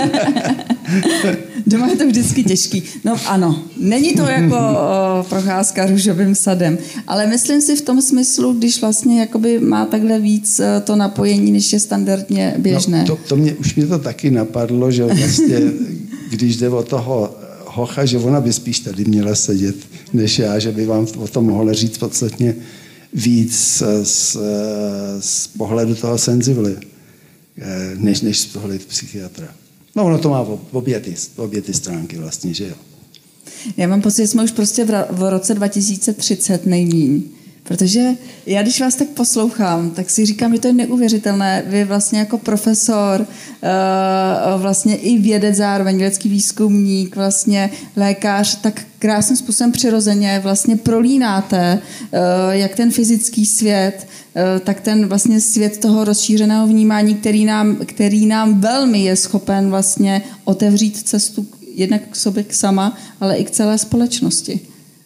Doma je to vždycky těžký. No ano, není to jako procházka růžovým sadem, ale myslím si v tom smyslu, když vlastně jakoby má takhle víc to napojení, než je standardně běžné. No, už mě to taky napadlo, že vlastně, když jde o toho hocha, že ona by spíš tady měla sedět, než já, že by vám o tom mohla říct podstatně víc z pohledu toho senzibly, než z pohledu psychiatra. No, ono to má obě ty stránky vlastně, že jo. Já mám pocit, že jsme už prostě v roce 2030 nejmíň. Protože já, když vás tak poslouchám, tak si říkám, že to je neuvěřitelné. Vy vlastně jako profesor, vlastně i vědec zároveň, vědecký výzkumník, vlastně lékař, tak krásným způsobem přirozeně vlastně prolínáte jak ten fyzický svět, tak ten vlastně svět toho rozšířeného vnímání, který nám velmi je schopen vlastně otevřít cestu jednak k sobě sama, ale i k celé společnosti.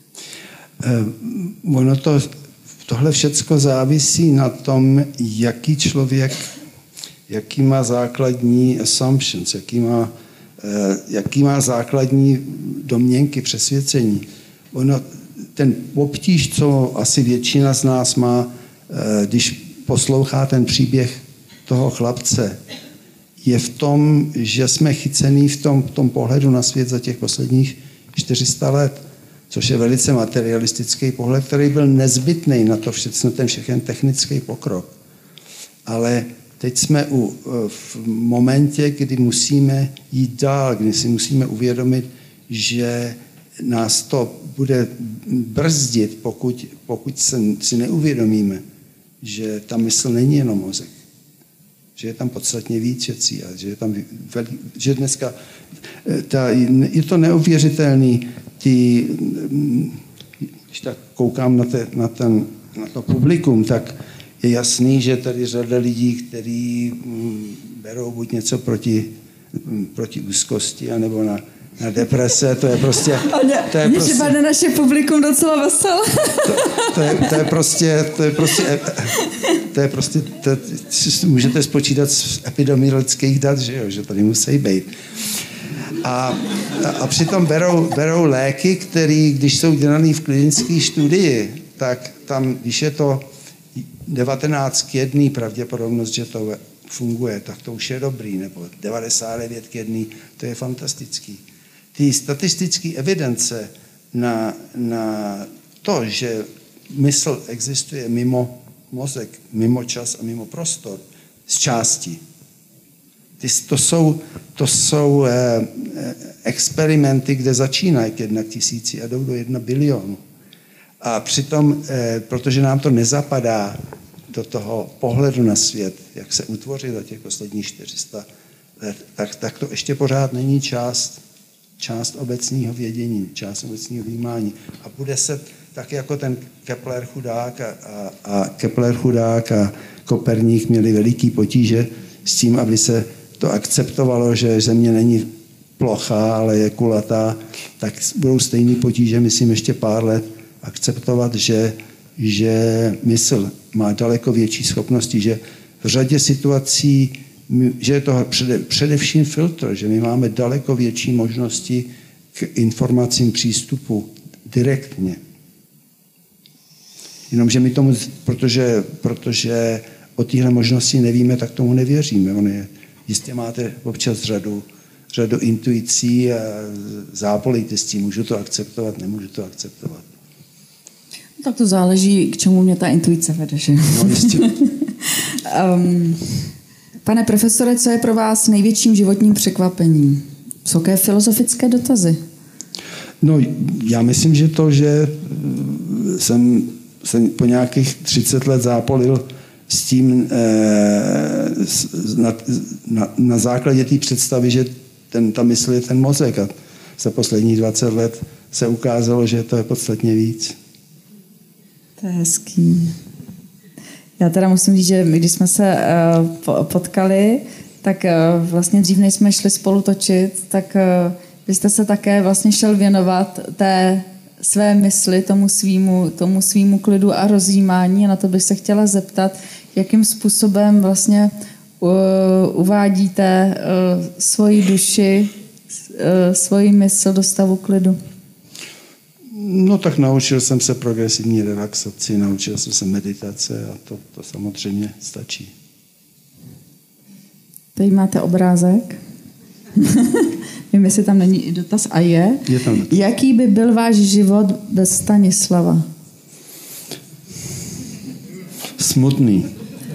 Tohle všecko závisí na tom, jaký člověk, jaký má základní assumptions, jaký má základní domněnky, přesvědčení. Ten obtíž, co asi většina z nás má, když poslouchá ten příběh toho chlapce, je v tom, že jsme chycený v tom pohledu na svět za těch posledních 400 let, což je velice materialistický pohled, který byl nezbytný na to ten všechen technický pokrok. Ale teď jsme v momentě, kdy musíme jít dál, kdy si musíme uvědomit, že nás to bude brzdit, pokud si neuvědomíme, že ta mysl není jenom mozek, že je tam podstatně víc věcí a že dneska je to neuvěřitelný. Když tak koukám na to publikum, tak je jasný, že tady řada lidí, kteří berou buď něco proti úzkosti, anebo na deprese, to je prostě... Mně připadne naše publikum docela veselé. Můžete spočítat z epidemiologických dat, že tady musí být. A přitom berou léky, které, když jsou dělané v klinické studii, tak tam, když je to 19 k 1 pravděpodobnost, že to funguje, tak to už je dobrý, nebo 99 k 1, to je fantastický. Ty statistické evidence na to, že mysl existuje mimo mozek, mimo čas a mimo prostor, z části. To jsou experimenty, kde začínají k 1 000 a jdou do 1 bilionu. A přitom, protože nám to nezapadá do toho pohledu na svět, jak se utvořil za těch posledních 400 let, tak to ještě pořád není část obecního vědění, část obecního vnímání. A bude se tak jako ten Kepler chudák a Koperník měli veliký potíže s tím, aby se to akceptovalo, že Země není plochá, ale je kulatá, tak budou stejný potíže, myslím, ještě pár let akceptovat, že mysl má daleko větší schopnosti, že v řadě situací, že je to především filtr, že my máme daleko větší možnosti k informacím přístupu direktně. Jenomže my tomu, protože o téhle možnosti nevíme, tak tomu nevěříme. Jistě máte občas řadu intuicí a zápolite s tím, můžu to akceptovat, nemůžu to akceptovat. Tak to záleží, k čemu mě ta intuice vede, že? No, jistě. Pane profesore, co je pro vás největším životním překvapením? Jsou jaké filozofické dotazy? No, já myslím, že to, že jsem po nějakých 30 let zápolil s tím na základě té představy, že ta mysl je ten mozek. A za posledních 20 let se ukázalo, že to je podstatně víc. To je hezký. Já teda musím říct, že my, když jsme se potkali, tak vlastně dřív, než jsme šli spolu točit, tak vy jste se také vlastně šel věnovat té své mysli, tomu svýmu klidu a rozjímání. A na to bych se chtěla zeptat, jakým způsobem vlastně uvádíte svoji duši, svoji mysl do stavu klidu. No tak naučil jsem se progresivní relaxaci, naučil jsem se meditace a to samozřejmě stačí. Tady máte obrázek. Nevím, jestli tam není dotaz a je. Je tam dotaz. Jaký by byl váš život bez Stanislava? Smutný.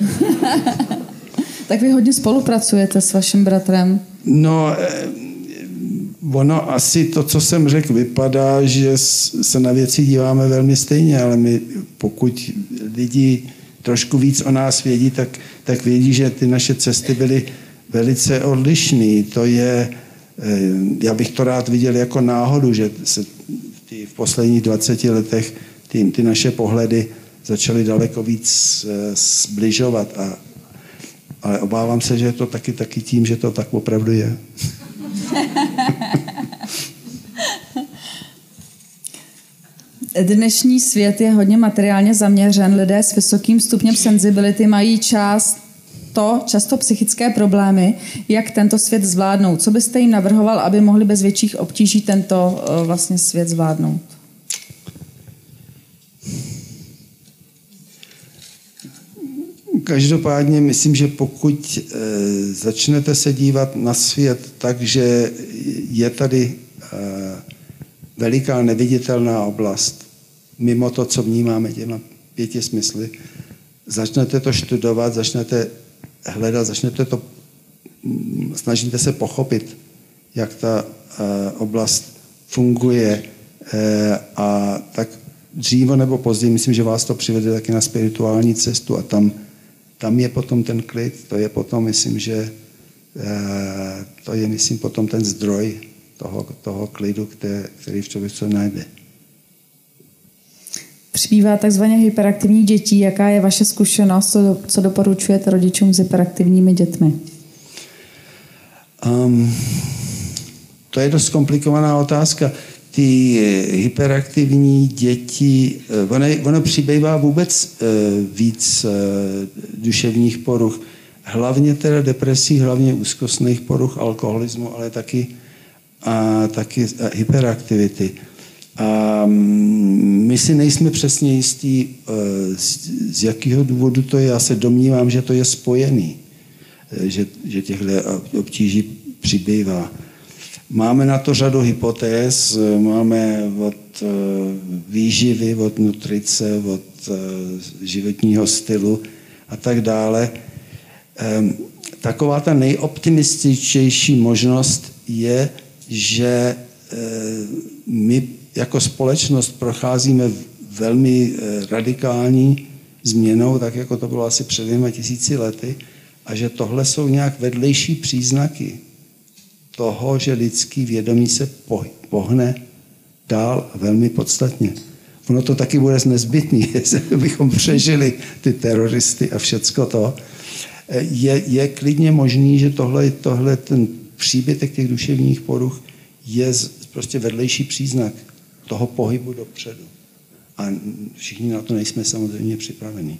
Tak vy hodně spolupracujete s vaším bratrem. No, ono asi to, co jsem řekl, vypadá, že se na věci díváme velmi stejně, ale my, pokud lidi trošku víc o nás vědí, tak vědí, že ty naše cesty byly velice odlišné. To je, já bych to rád viděl jako náhodu, že se v posledních 20 letech ty naše pohledy začaly daleko víc zbližovat. Ale obávám se, že je to taky tím, že to tak opravdu je. Dnešní svět je hodně materiálně zaměřen. Lidé s vysokým stupněm sensibility mají často psychické problémy. Jak tento svět zvládnout? Co byste jim navrhoval, aby mohli bez větších obtíží tento vlastně svět zvládnout? Každopádně myslím, že pokud začnete se dívat na svět tak, že je tady veliká neviditelná oblast, mimo to, co vnímáme těma 5 smysly, začnete to studovat, začnete hledat, snažíte se pochopit, jak ta oblast funguje a tak dříve nebo později, myslím, že vás to přivede taky na spirituální cestu a tam je potom ten klid, to je potom, myslím, že to je, myslím, potom ten zdroj toho klidu, který v člověku najde. Přibývá takzvaně hyperaktivních dětí. Jaká je vaše zkušenost? Co doporučujete rodičům s hyperaktivními dětmi? To je dost komplikovaná otázka. Ty hyperaktivní děti, ono přibývá vůbec víc duševních poruch. Hlavně teda depresí, hlavně úzkostných poruch, alkoholismu, ale taky hyperaktivity. A my si nejsme přesně jistí, z jakého důvodu to je. Já se domnívám, že to je spojený, že těchto obtíží přibývá. Máme na to řadu hypotéz, máme od výživy, od nutrice, od životního stylu a tak dále. Taková ta nejoptimističtější možnost je, že my jako společnost procházíme velmi radikální změnou, tak jako to bylo asi před 2000 lety, a že tohle jsou nějak vedlejší příznaky toho, že lidský vědomí se pohne dál velmi podstatně. Ono to taky bude nezbytný, jestli bychom přežili ty teroristy a všecko to. Je klidně možný, že tohle ten příbytek těch duševních poruch je prostě vedlejší příznak toho pohybu dopředu. A všichni na to nejsme samozřejmě připraveni.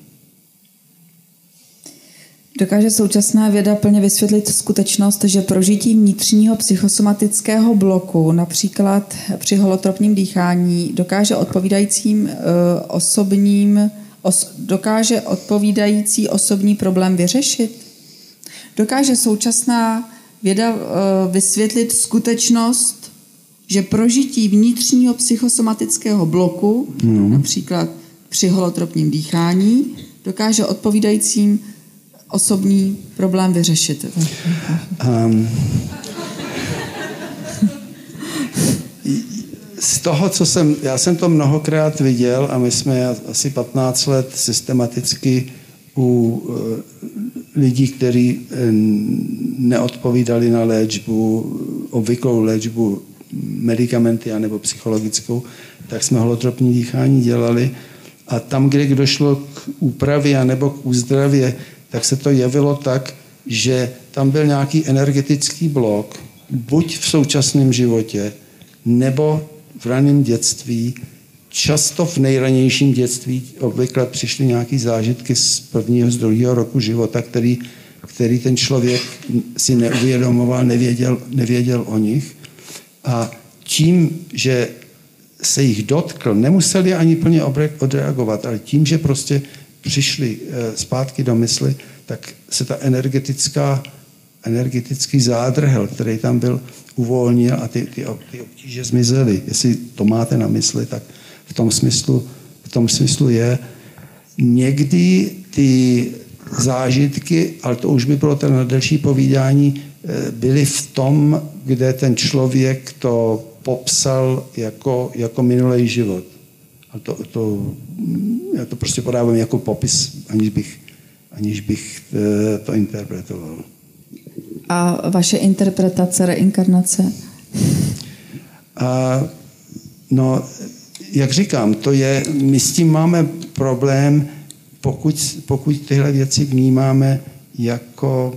Dokáže současná věda plně vysvětlit skutečnost, že prožití vnitřního psychosomatického bloku, například při holotropním dýchání, dokáže odpovídající osobní problém vyřešit? Dokáže současná věda vysvětlit skutečnost, že prožití vnitřního psychosomatického bloku, například při holotropním dýchání, dokáže odpovídajícím osobní problém vyřešit? Z toho, já jsem to mnohokrát viděl a my jsme asi 15 let systematicky u lidí, kteří neodpovídali na léčbu, obvyklou léčbu medicamenty anebo psychologickou, tak jsme holotropní dýchání dělali a tam, kde došlo k úpravě anebo k úzdravě, tak se to jevilo tak, že tam byl nějaký energetický blok, buď v současném životě, nebo v raném dětství, často v nejranějším dětství obvykle přišly nějaké zážitky z 1., z 2. roku života, který ten člověk si neuvědomoval, nevěděl o nich. A tím, že se jich dotkl, nemuseli ani plně odreagovat, ale tím, že prostě přišli zpátky do mysli, tak se ta energetická energetický zádrhel, který tam byl, uvolnil a ty obtíže zmizely. Jestli to máte na mysli, tak v tom smyslu je. Někdy ty zážitky, ale to už by bylo ten na delší povídání, byly v tom, kde ten člověk to popsal jako minulý život. A já to prostě podávám jako popis, aniž bych to interpretoval. A vaše interpretace reinkarnace? No, jak říkám, my s tím máme problém, pokud tyhle věci vnímáme jako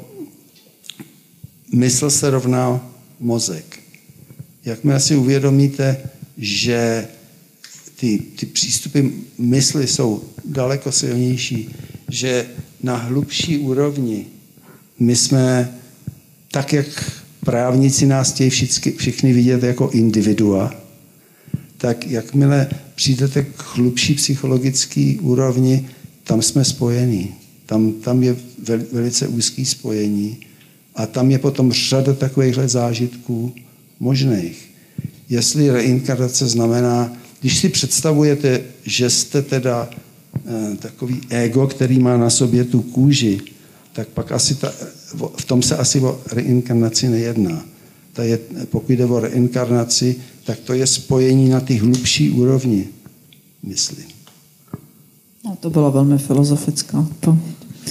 mysl se rovná mozek. Jakmile si uvědomíte, že ty přístupy mysli jsou daleko silnější, že na hlubší úrovni my jsme, tak jak právníci nás chtějí všichni vidět jako individua, tak jakmile přijdete k hlubší psychologické úrovni, tam jsme spojení. Tam je velice úzký spojení a tam je potom řada takovýchhle zážitků možných. Jestli reinkarnace znamená, když si představujete, že jste teda takový ego, který má na sobě tu kůži, tak pak asi v tom se asi o reinkarnaci nejedná. Pokud jde o reinkarnaci, tak to je spojení na ty hlubší úrovni, myslím. No, to byla velmi filozofická odpověď.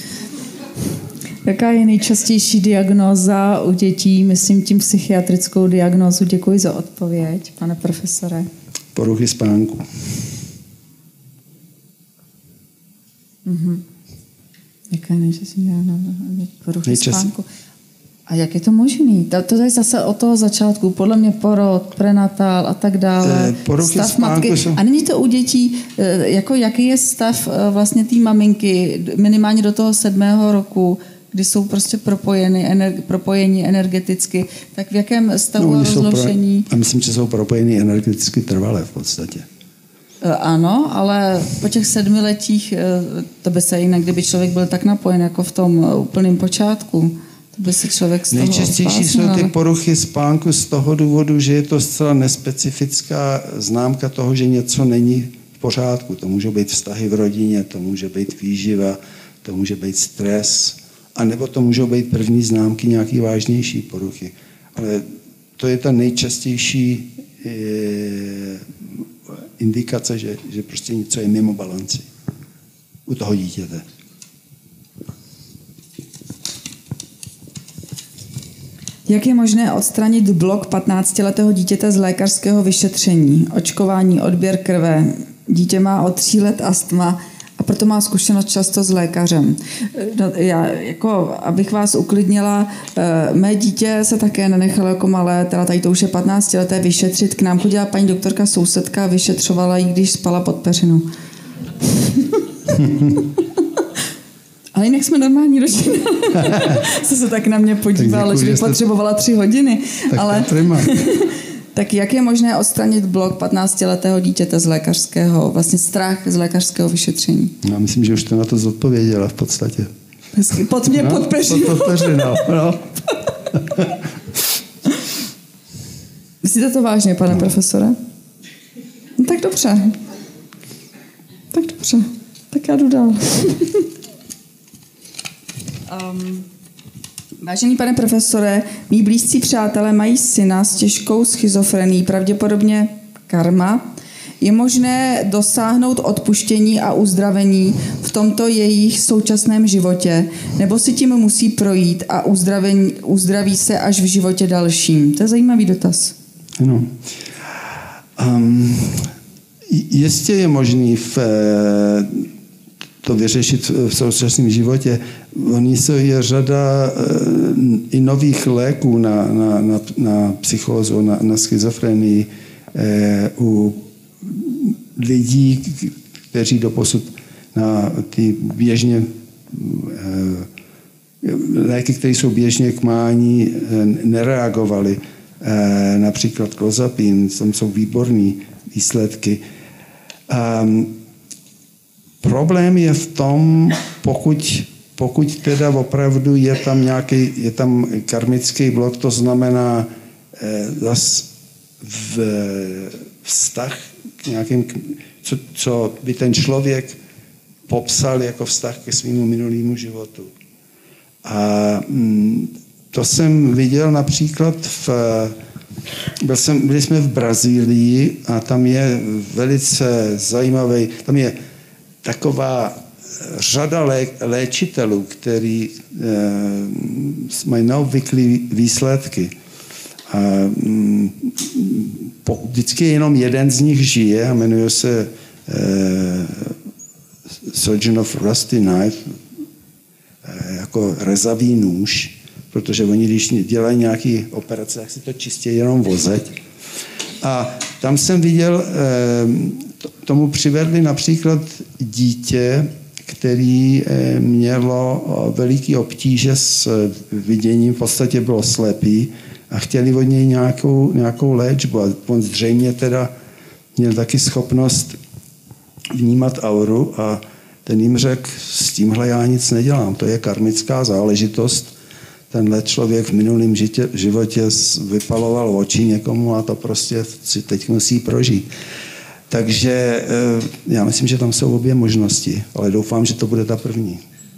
Jaká je nejčastější diagnóza u dětí, myslím tím psychiatrickou diagnózu? Děkuji za odpověď, pane profesore. Poruchy spánku. Jaká je nejčastější diagnóza? Poruchy spánku. A jak je to možný? To je zase od toho začátku. Podle mě porod, prenatal a tak dále. Poruchy stav matky. A není to u dětí, jaký je stav vlastně té maminky minimálně do toho 7. roku, kdy jsou prostě propojeni energeticky, tak v jakém stavu rozložení? A myslím, že jsou propojeni energeticky trvale v podstatě. Ano, ale po těch 7 letích to by se jinak, kdyby člověk byl tak napojen jako v tom úplném počátku, to by se člověk z toho nejčastější jsou ty poruchy spánku z toho důvodu, že je to zcela nespecifická známka toho, že něco není v pořádku. To může být vztahy v rodině, to může být výživa, to může být stres, anebo to můžou být první známky nějaký vážnější poruchy. Ale to je ta nejčastější indikace, že prostě něco je mimo balanci u toho dítěte. Jak je možné odstranit blok 15letého dítěte z lékařského vyšetření? Očkování, odběr krve. Dítě má od 3 let astma a proto má zkušenost často s lékařem. Já, abych vás uklidnila, mé dítě se také nenechalo jako malé, teda tady to už je 15leté, vyšetřit. K nám chodila paní doktorka sousedka, vyšetřovala jí, když spala pod peřinou. Ale jinak jsme normální rodina. Se tak na mě podíval, že bych potřebovala 3 hodiny. Tak ale tak jak je možné odstranit blok 15letého dítěte z lékařského, vlastně strach z lékařského vyšetření? Já myslím, že už to na to zodpověděla v podstatě. Pod peřinou. Pod peřinou, no. Myslíte to vážně, pane profesore? No, tak dobře. Tak já jdu dál. Vážený pane profesore, mí blízcí přátelé mají syna s těžkou schizofrenií, pravděpodobně karma. Je možné dosáhnout odpuštění a uzdravení v tomto jejich současném životě, nebo si tím musí projít a uzdraví se až v životě dalším? To je zajímavý dotaz. Ano. Jistě je možný to vyřešit v současném životě. Je řada i nových léků na psychózu, na schizofrenii u lidí, kteří doposud na ty běžně léky, které jsou běžně k mání, nereagovali. Například klozapin, tam jsou výborné výsledky. Problém je v tom, pokud teda opravdu je tam karmický blok, to znamená zase vztah k nějakým, co by ten člověk popsal jako vztah ke svému minulému životu. A to jsem viděl například byli jsme v Brazílii a tam je velice zajímavý, tam je taková řada léčitelů, který mají neobvyklé výsledky. A vždycky jenom jeden z nich žije a jmenuje se Surgeon of Rusty Knife, jako rezavý nůž, protože oni, když dělají nějaké operace, tak si to čistě jenom vozeť. A tam jsem viděl, tomu přivedli například dítě, který mělo veliký obtíže s viděním, v podstatě bylo slepý a chtěli od něj nějakou léčbu. A on zřejmě teda měl taky schopnost vnímat auru a ten jim řekl, s tímhle já nic nedělám, to je karmická záležitost. Tenhle člověk v minulém životě vypaloval oči někomu a to prostě si teď musí prožít. Takže já myslím, že tam jsou obě možnosti, ale doufám, že to bude ta první.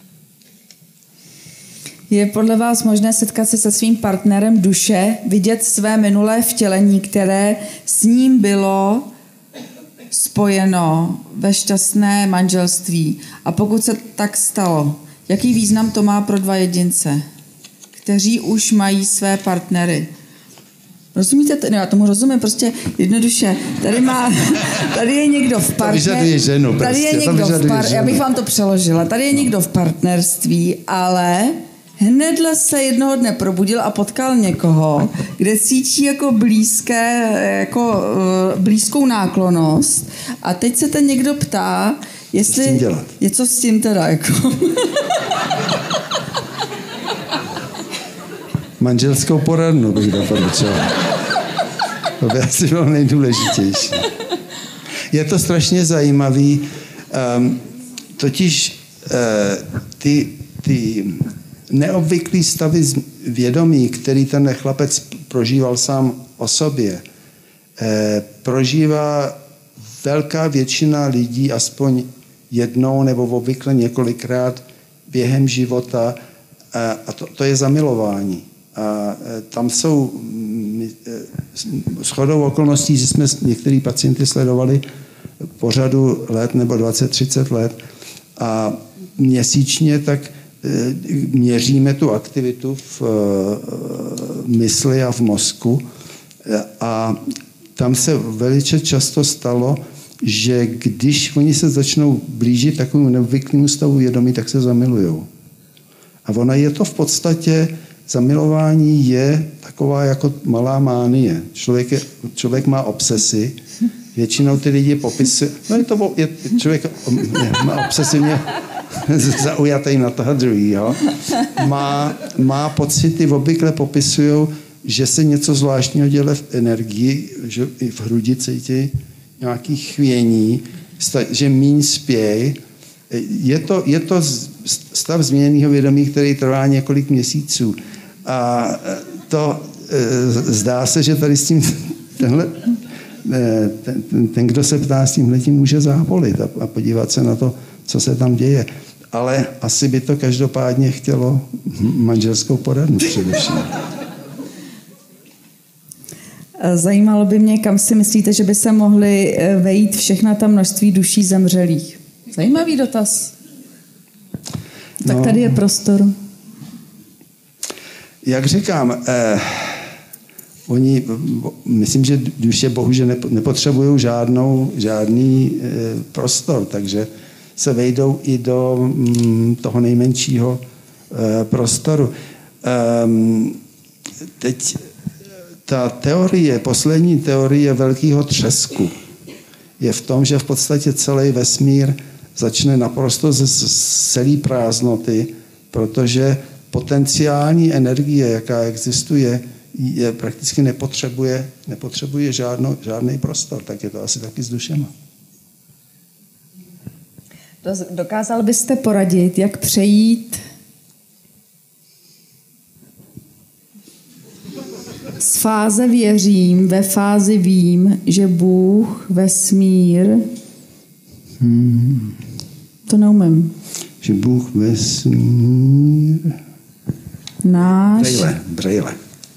Je podle vás možné setkat se svým partnerem duše, vidět své minulé vtělení, které s ním bylo spojeno ve šťastné manželství? A pokud se tak stalo, jaký význam to má pro dva jedince, kteří už mají své partnery? Rozumíte? No, já tomu rozumím, prostě jednoduše. Tady je někdo v partnerství. Já bych vám to přeložila. Tady je někdo v partnerství, ale hnedle se jednoho dne probudil a potkal někoho, kde cítí jako blízkou náklonnost. A teď se ten někdo ptá, jestli je co s tím teda jako. Manželskou poradnu bych doporučil. To by asi bylo nejdůležitější. Je to strašně zajímavý. Totiž ty neobvyklý stavy vědomí, který ten chlapec prožíval sám o sobě, prožívá velká většina lidí aspoň jednou nebo obvykle několikrát během života a to je zamilování. A tam jsou shodou okolností, že jsme některý pacienty sledovali po řadu let nebo 20-30 let a měsíčně tak měříme tu aktivitu v mysli a v mozku a tam se velice často stalo, že když oni se začnou blížit takovému neobvyklému stavu vědomí, tak se zamilujou. A ona je to v podstatě, zamilování je taková jako malá mánie. Člověk má obsesy, většinou ty lidi popisují, člověk má obsesivně zaujatý na toho druhýho, má pocity, obvykle popisují, že se něco zvláštního děje v energii, že i v hrudi cítí nějaký chvění, že míň spěj. Je to stav změněného vědomí, který trvá několik měsíců. A to zdá se, že tady s tím ten, kdo se ptá, s tímhletím může zápolit a podívat se na to, co se tam děje. Ale asi by to každopádně chtělo manželskou poradnu především. Zajímalo by mě, kam si myslíte, že by se mohly vejít všechna ta množství duší zemřelých? Zajímavý dotaz. Tak tady je prostor. Jak říkám, myslím, že duše bohužel nepotřebují žádný prostor, takže se vejdou i do toho nejmenšího prostoru. Teď ta poslední teorie velkého třesku je v tom, že v podstatě celý vesmír začne naprosto ze celé prázdnoty, protože potenciální energie, jaká existuje, prakticky nepotřebuje žádný prostor, tak je to asi taky s dušema. Dokázal byste poradit, jak přejít fáze věřím, ve fázi vím, že Bůh, vesmír... To neumím. Že Bůh, vesmír... Náš... Brejle.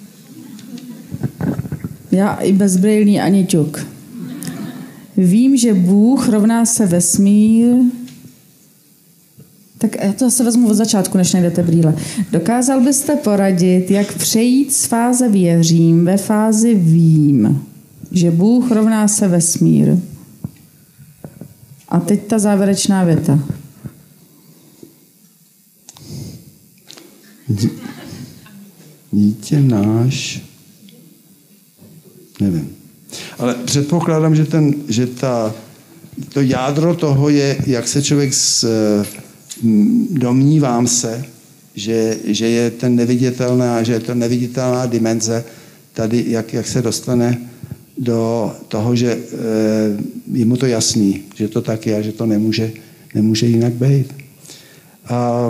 Já i bezbrejlný ani ťuk. Vím, že Bůh rovná se vesmír... Tak já to zase vezmu od začátku, než najdete brýle. Dokázal byste poradit, jak přejít z fáze věřím ve fázi vím, že Bůh rovná se vesmír. A teď ta závěrečná věta. Dítě náš... Nevím. Ale předpokládám, že to jádro toho je, jak se člověk domnívám se, že je ten neviditelná, že je to neviditelná dimenze tady, jak se dostane do toho, že je mu to jasný, že to tak je a že to nemůže jinak být. A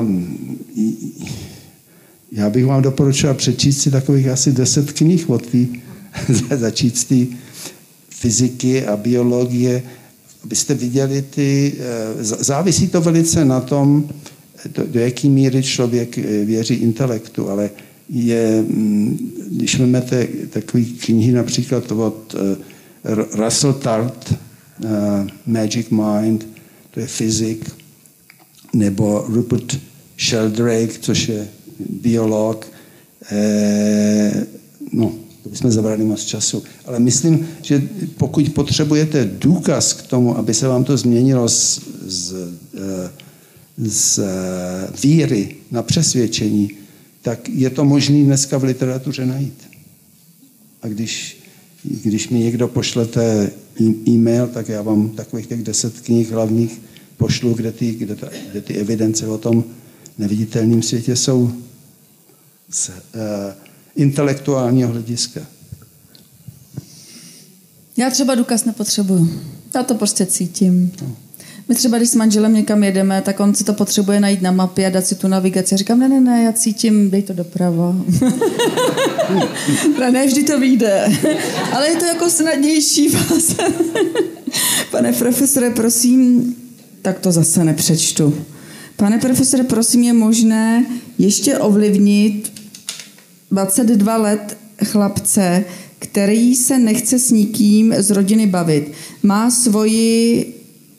já bych vám doporučil přečíst si takových asi 10 knih od začít z té fyziky a biologie, abyste viděli závisí to velice na tom, do jaké míry člověk věří intelektu, ale když vezmete takové knihy například od Russell Tartt, Magic Mind, to je fyzik, nebo Rupert Sheldrake, což je biolog, to bychom zabrali moc času. Ale myslím, že pokud potřebujete důkaz k tomu, aby se vám to změnilo z víry na přesvědčení, tak je to možné dneska v literatuře najít. A když mi někdo pošlete e-mail, tak já vám takových těch 10 knih hlavních pošlu, kde ty evidence o tom neviditelném světě jsou z intelektuálního hlediska. Já třeba důkaz nepotřebuju. Já to prostě cítím. My třeba, když s manželem někam jedeme, tak on si to potřebuje najít na mapě a dát si tu navigaci. Já říkám, ne, já cítím, dej to doprava. Ne, vždy to vyjde. Ale je to jako snadnější fáze. Pane profesore, prosím, tak to zase nepřečtu. Pane profesore, prosím, je možné ještě ovlivnit 22 let chlapce, který se nechce s nikým z rodiny bavit. Má svoji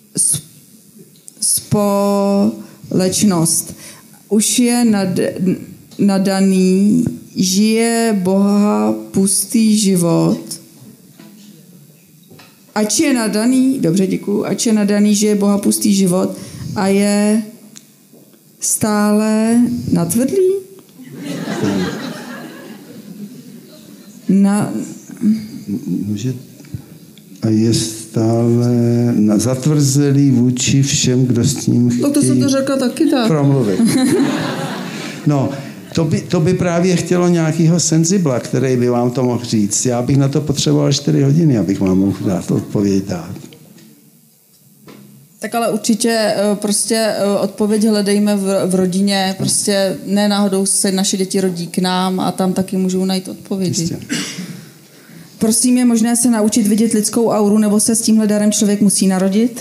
společnost. Už je nadaný, žije Boha pustý život. Ač je nadaný, dobře, děkuju, ač je nadaný, žije Boha pustý život a je stále natvrdlý? A je stále zatvrzelý vůči všem, kdo s ním chtějí to jsem to řekla taky tak. Promluvit. No, to by právě chtělo nějakého senzibla, který by vám to mohl říct. Já bych na to potřeboval 4 hodiny, abych vám mohl dát odpověď dát. Tak ale určitě prostě odpověď hledejme v rodině. Prostě ne náhodou se naše děti rodí k nám a tam taky můžou najít odpovědi. Jistě. Prosím, je možné se naučit vidět lidskou auru, nebo se s tímhle darem člověk musí narodit?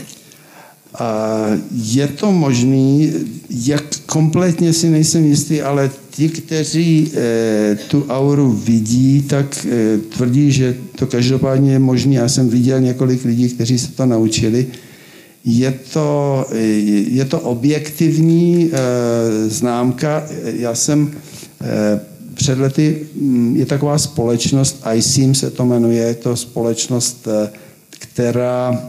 Je to možný, jak kompletně si nejsem jistý, ale ti, kteří tu auru vidí, tak tvrdí, že to každopádně je možný. Já jsem viděl několik lidí, kteří se to naučili. Je to objektivní známka. Já jsem před lety, je taková společnost, ISEAM se to jmenuje, je to společnost, která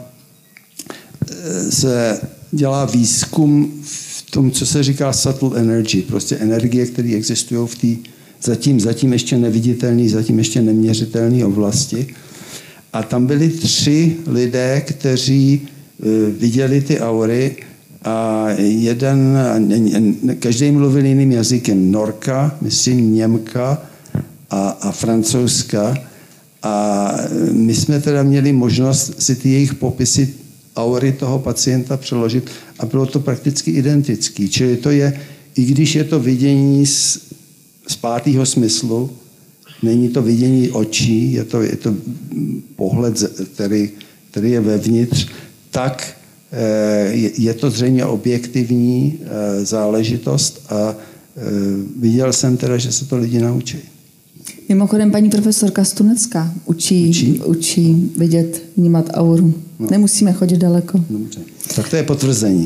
se dělá výzkum v tom, co se říká subtle energy, prostě energie, které existují v té zatím ještě neviditelné, zatím ještě neměřitelné oblasti. A tam byli 3 lidé, kteří viděli ty aury a každý mluvil jiným jazykem. Norka, myslím Němka a Francouzska. A my jsme teda měli možnost si ty jejich popisy aury toho pacienta přeložit a bylo to prakticky identický. Čili to je, i když je to vidění z 5. smyslu, není to vidění očí, je to pohled, který je vevnitř, tak je to zřejmě objektivní záležitost a viděl jsem teda, že se to lidi naučí. Mimochodem paní profesorka Stunecká učí vidět, vnímat auru. No. Nemusíme chodit daleko. Dobře. Tak to je potvrzení.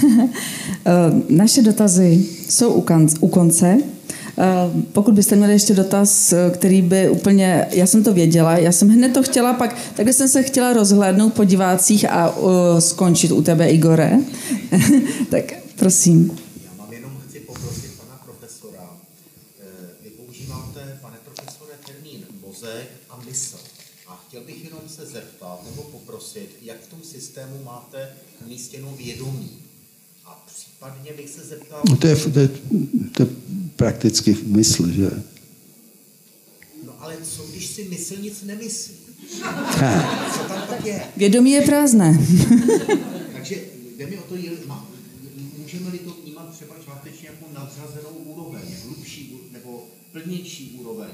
Naše dotazy jsou u konce. Pokud byste měli ještě dotaz, který by úplně, já jsem to věděla, já jsem hned to chtěla, takhle jsem se chtěla rozhlédnout po divácích a skončit u tebe, Igore. Tak prosím. Já mám jenom chci poprosit pana profesora. Vy používáte, pane profesore, termín mozek a mysl. A chtěl bych jenom se zeptat nebo poprosit, jak v tom systému máte umístěnou vědomí. A případně bych se zeptal... No to je prakticky mysl, že? No ale co, když si mysl nic nemyslí? Co tam tak je? Vědomí je prázdné. Takže jde mi o to, můžeme-li to vnímat třeba částečně jako nadřazenou úroveň, hlubší nebo plnější úroveň?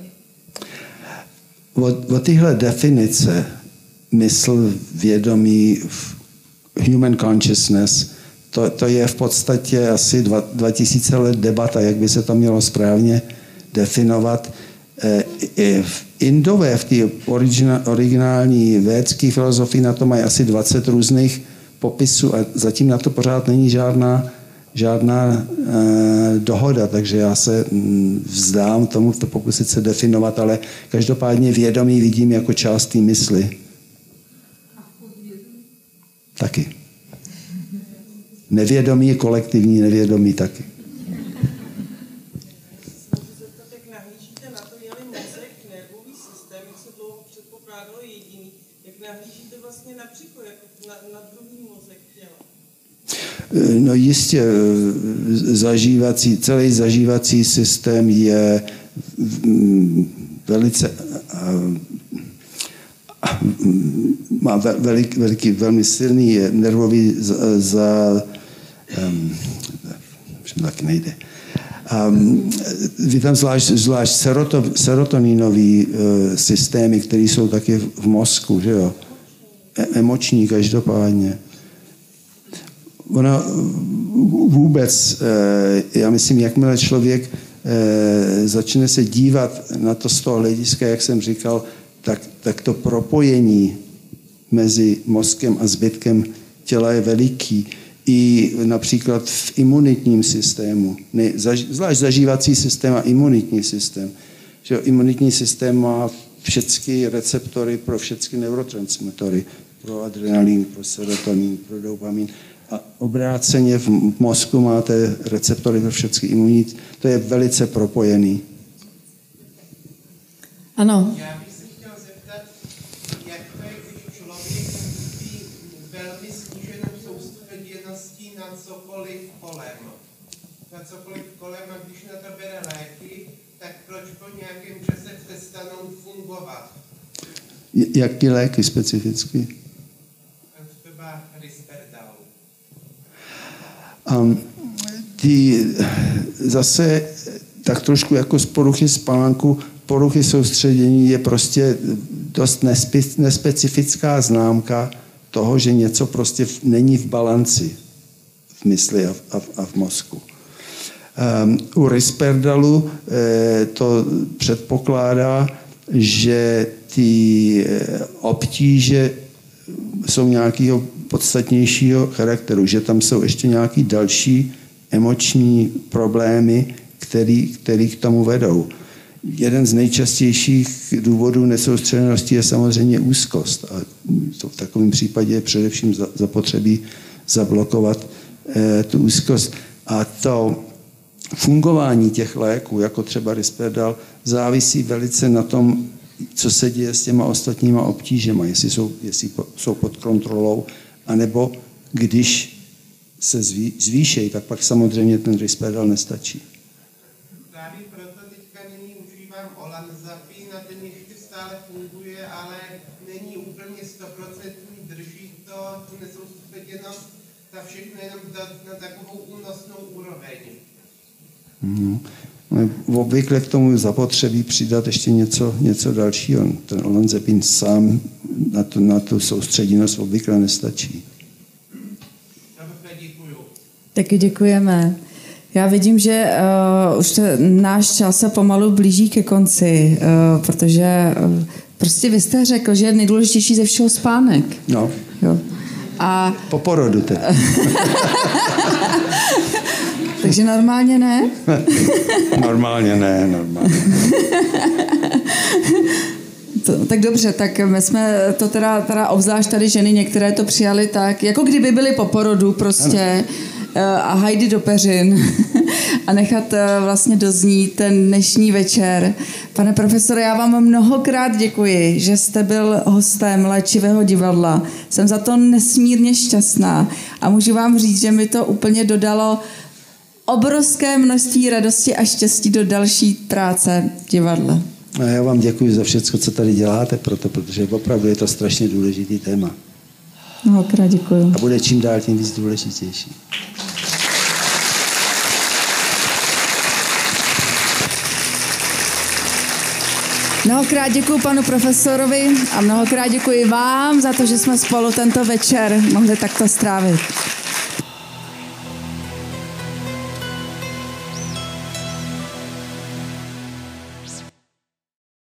O tyhle definice mysl, vědomí, human consciousness, to je v podstatě asi 2000 let debata, jak by se to mělo správně definovat. Indové v té originální védské filozofii na to mají asi 20 různých popisů a zatím na to pořád není žádná dohoda, takže já se vzdám tomu to pokusit se definovat, ale každopádně vědomí vidím jako část té mysli. Taky. Nevědomí, kolektivní nevědomí taky. Jak nahlížíte na to, je-li mozek, nervový systém, jak se dlouho předpokládalo jediný, jak nahlížíte vlastně na příklad, jako na druhý mozek těla? No jistě, celý zažívací systém je velice má velmi silný nervový taky nejde. Vy tam zvlášť serotoninové systémy, které jsou taky v mozku, že jo? Emoční každopádně. Ona vůbec, já myslím, jakmile člověk začne se dívat na to z toho hlediska, jak jsem říkal, tak to propojení mezi mozkem a zbytkem těla je veliký. I například v imunitním systému, zvlášť zažívací systém a imunitní systém. Že imunitní systém má všechny receptory pro všechny neurotransmitory, pro adrenalin, pro serotonin, pro dopamin. A obráceně v mozku máte receptory pro všechny imunity. To je velice propojený. Ano. Já bych se chtěl zeptat, jak to je, když člověk musí velmi sníženou soustředěností na cokoliv kolem, a když na to bere léky, tak proč po nějakém čase přestanou fungovat? Jaké léky specificky? Třeba Risperdal. Zase tak trošku jako z poruchy spánku, poruchy soustředění je prostě dost nespecifická známka toho, že něco prostě není v balanci v mysli a v mozku. U Risperdalu to předpokládá, že ty obtíže jsou nějakého podstatnějšího charakteru, že tam jsou ještě nějaké další emoční problémy, který k tomu vedou. Jeden z nejčastějších důvodů nesoustředěnosti je samozřejmě úzkost. A to v takovém případě je především zapotřebí zablokovat tu úzkost. A to fungování těch léků, jako třeba Risperdal, závisí velice na tom, co se děje s těma ostatníma obtížema, jestli jsou pod kontrolou, anebo když se zvýšejí, tak pak samozřejmě ten Risperdal nestačí. Právě proto teďka nyní užívám olanzapin a ten ještě stále funguje, ale není úplně 100%, drží to, tu nesoustředěnost, ta všechno jenom na takovou únosnou úroveň. No Obvykle k tomu zapotřebí přidat ještě něco dalšího. Ten olanzapin sám na tu soustředěnost obvykle nestačí. Taky děkujeme. Já vidím, že už náš čas se pomalu blíží ke konci, protože prostě vy jste řekl, že je nejdůležitější ze všeho spánek. No. Jo. A... Po porodu teď. Takže normálně ne? Normálně ne. Tak dobře, tak my jsme to teda obzvlášť tady ženy, některé to přijali tak, jako kdyby byly po porodu prostě a hajdy do peřin a nechat vlastně doznít ten dnešní večer. Pane profesore, já vám mnohokrát děkuji, že jste byl hostem Léčivého divadla. Jsem za to nesmírně šťastná a můžu vám říct, že mi to úplně dodalo obrovské množství radosti a štěstí do další práce v divadle. A já vám děkuji za všechno, co tady děláte, protože opravdu je to strašně důležitý téma. Mnohokrát děkuji. A bude čím dál tím víc důležitější. Mnohokrát děkuji panu profesorovi a mnohokrát děkuji vám za to, že jsme spolu tento večer mohli takto strávit.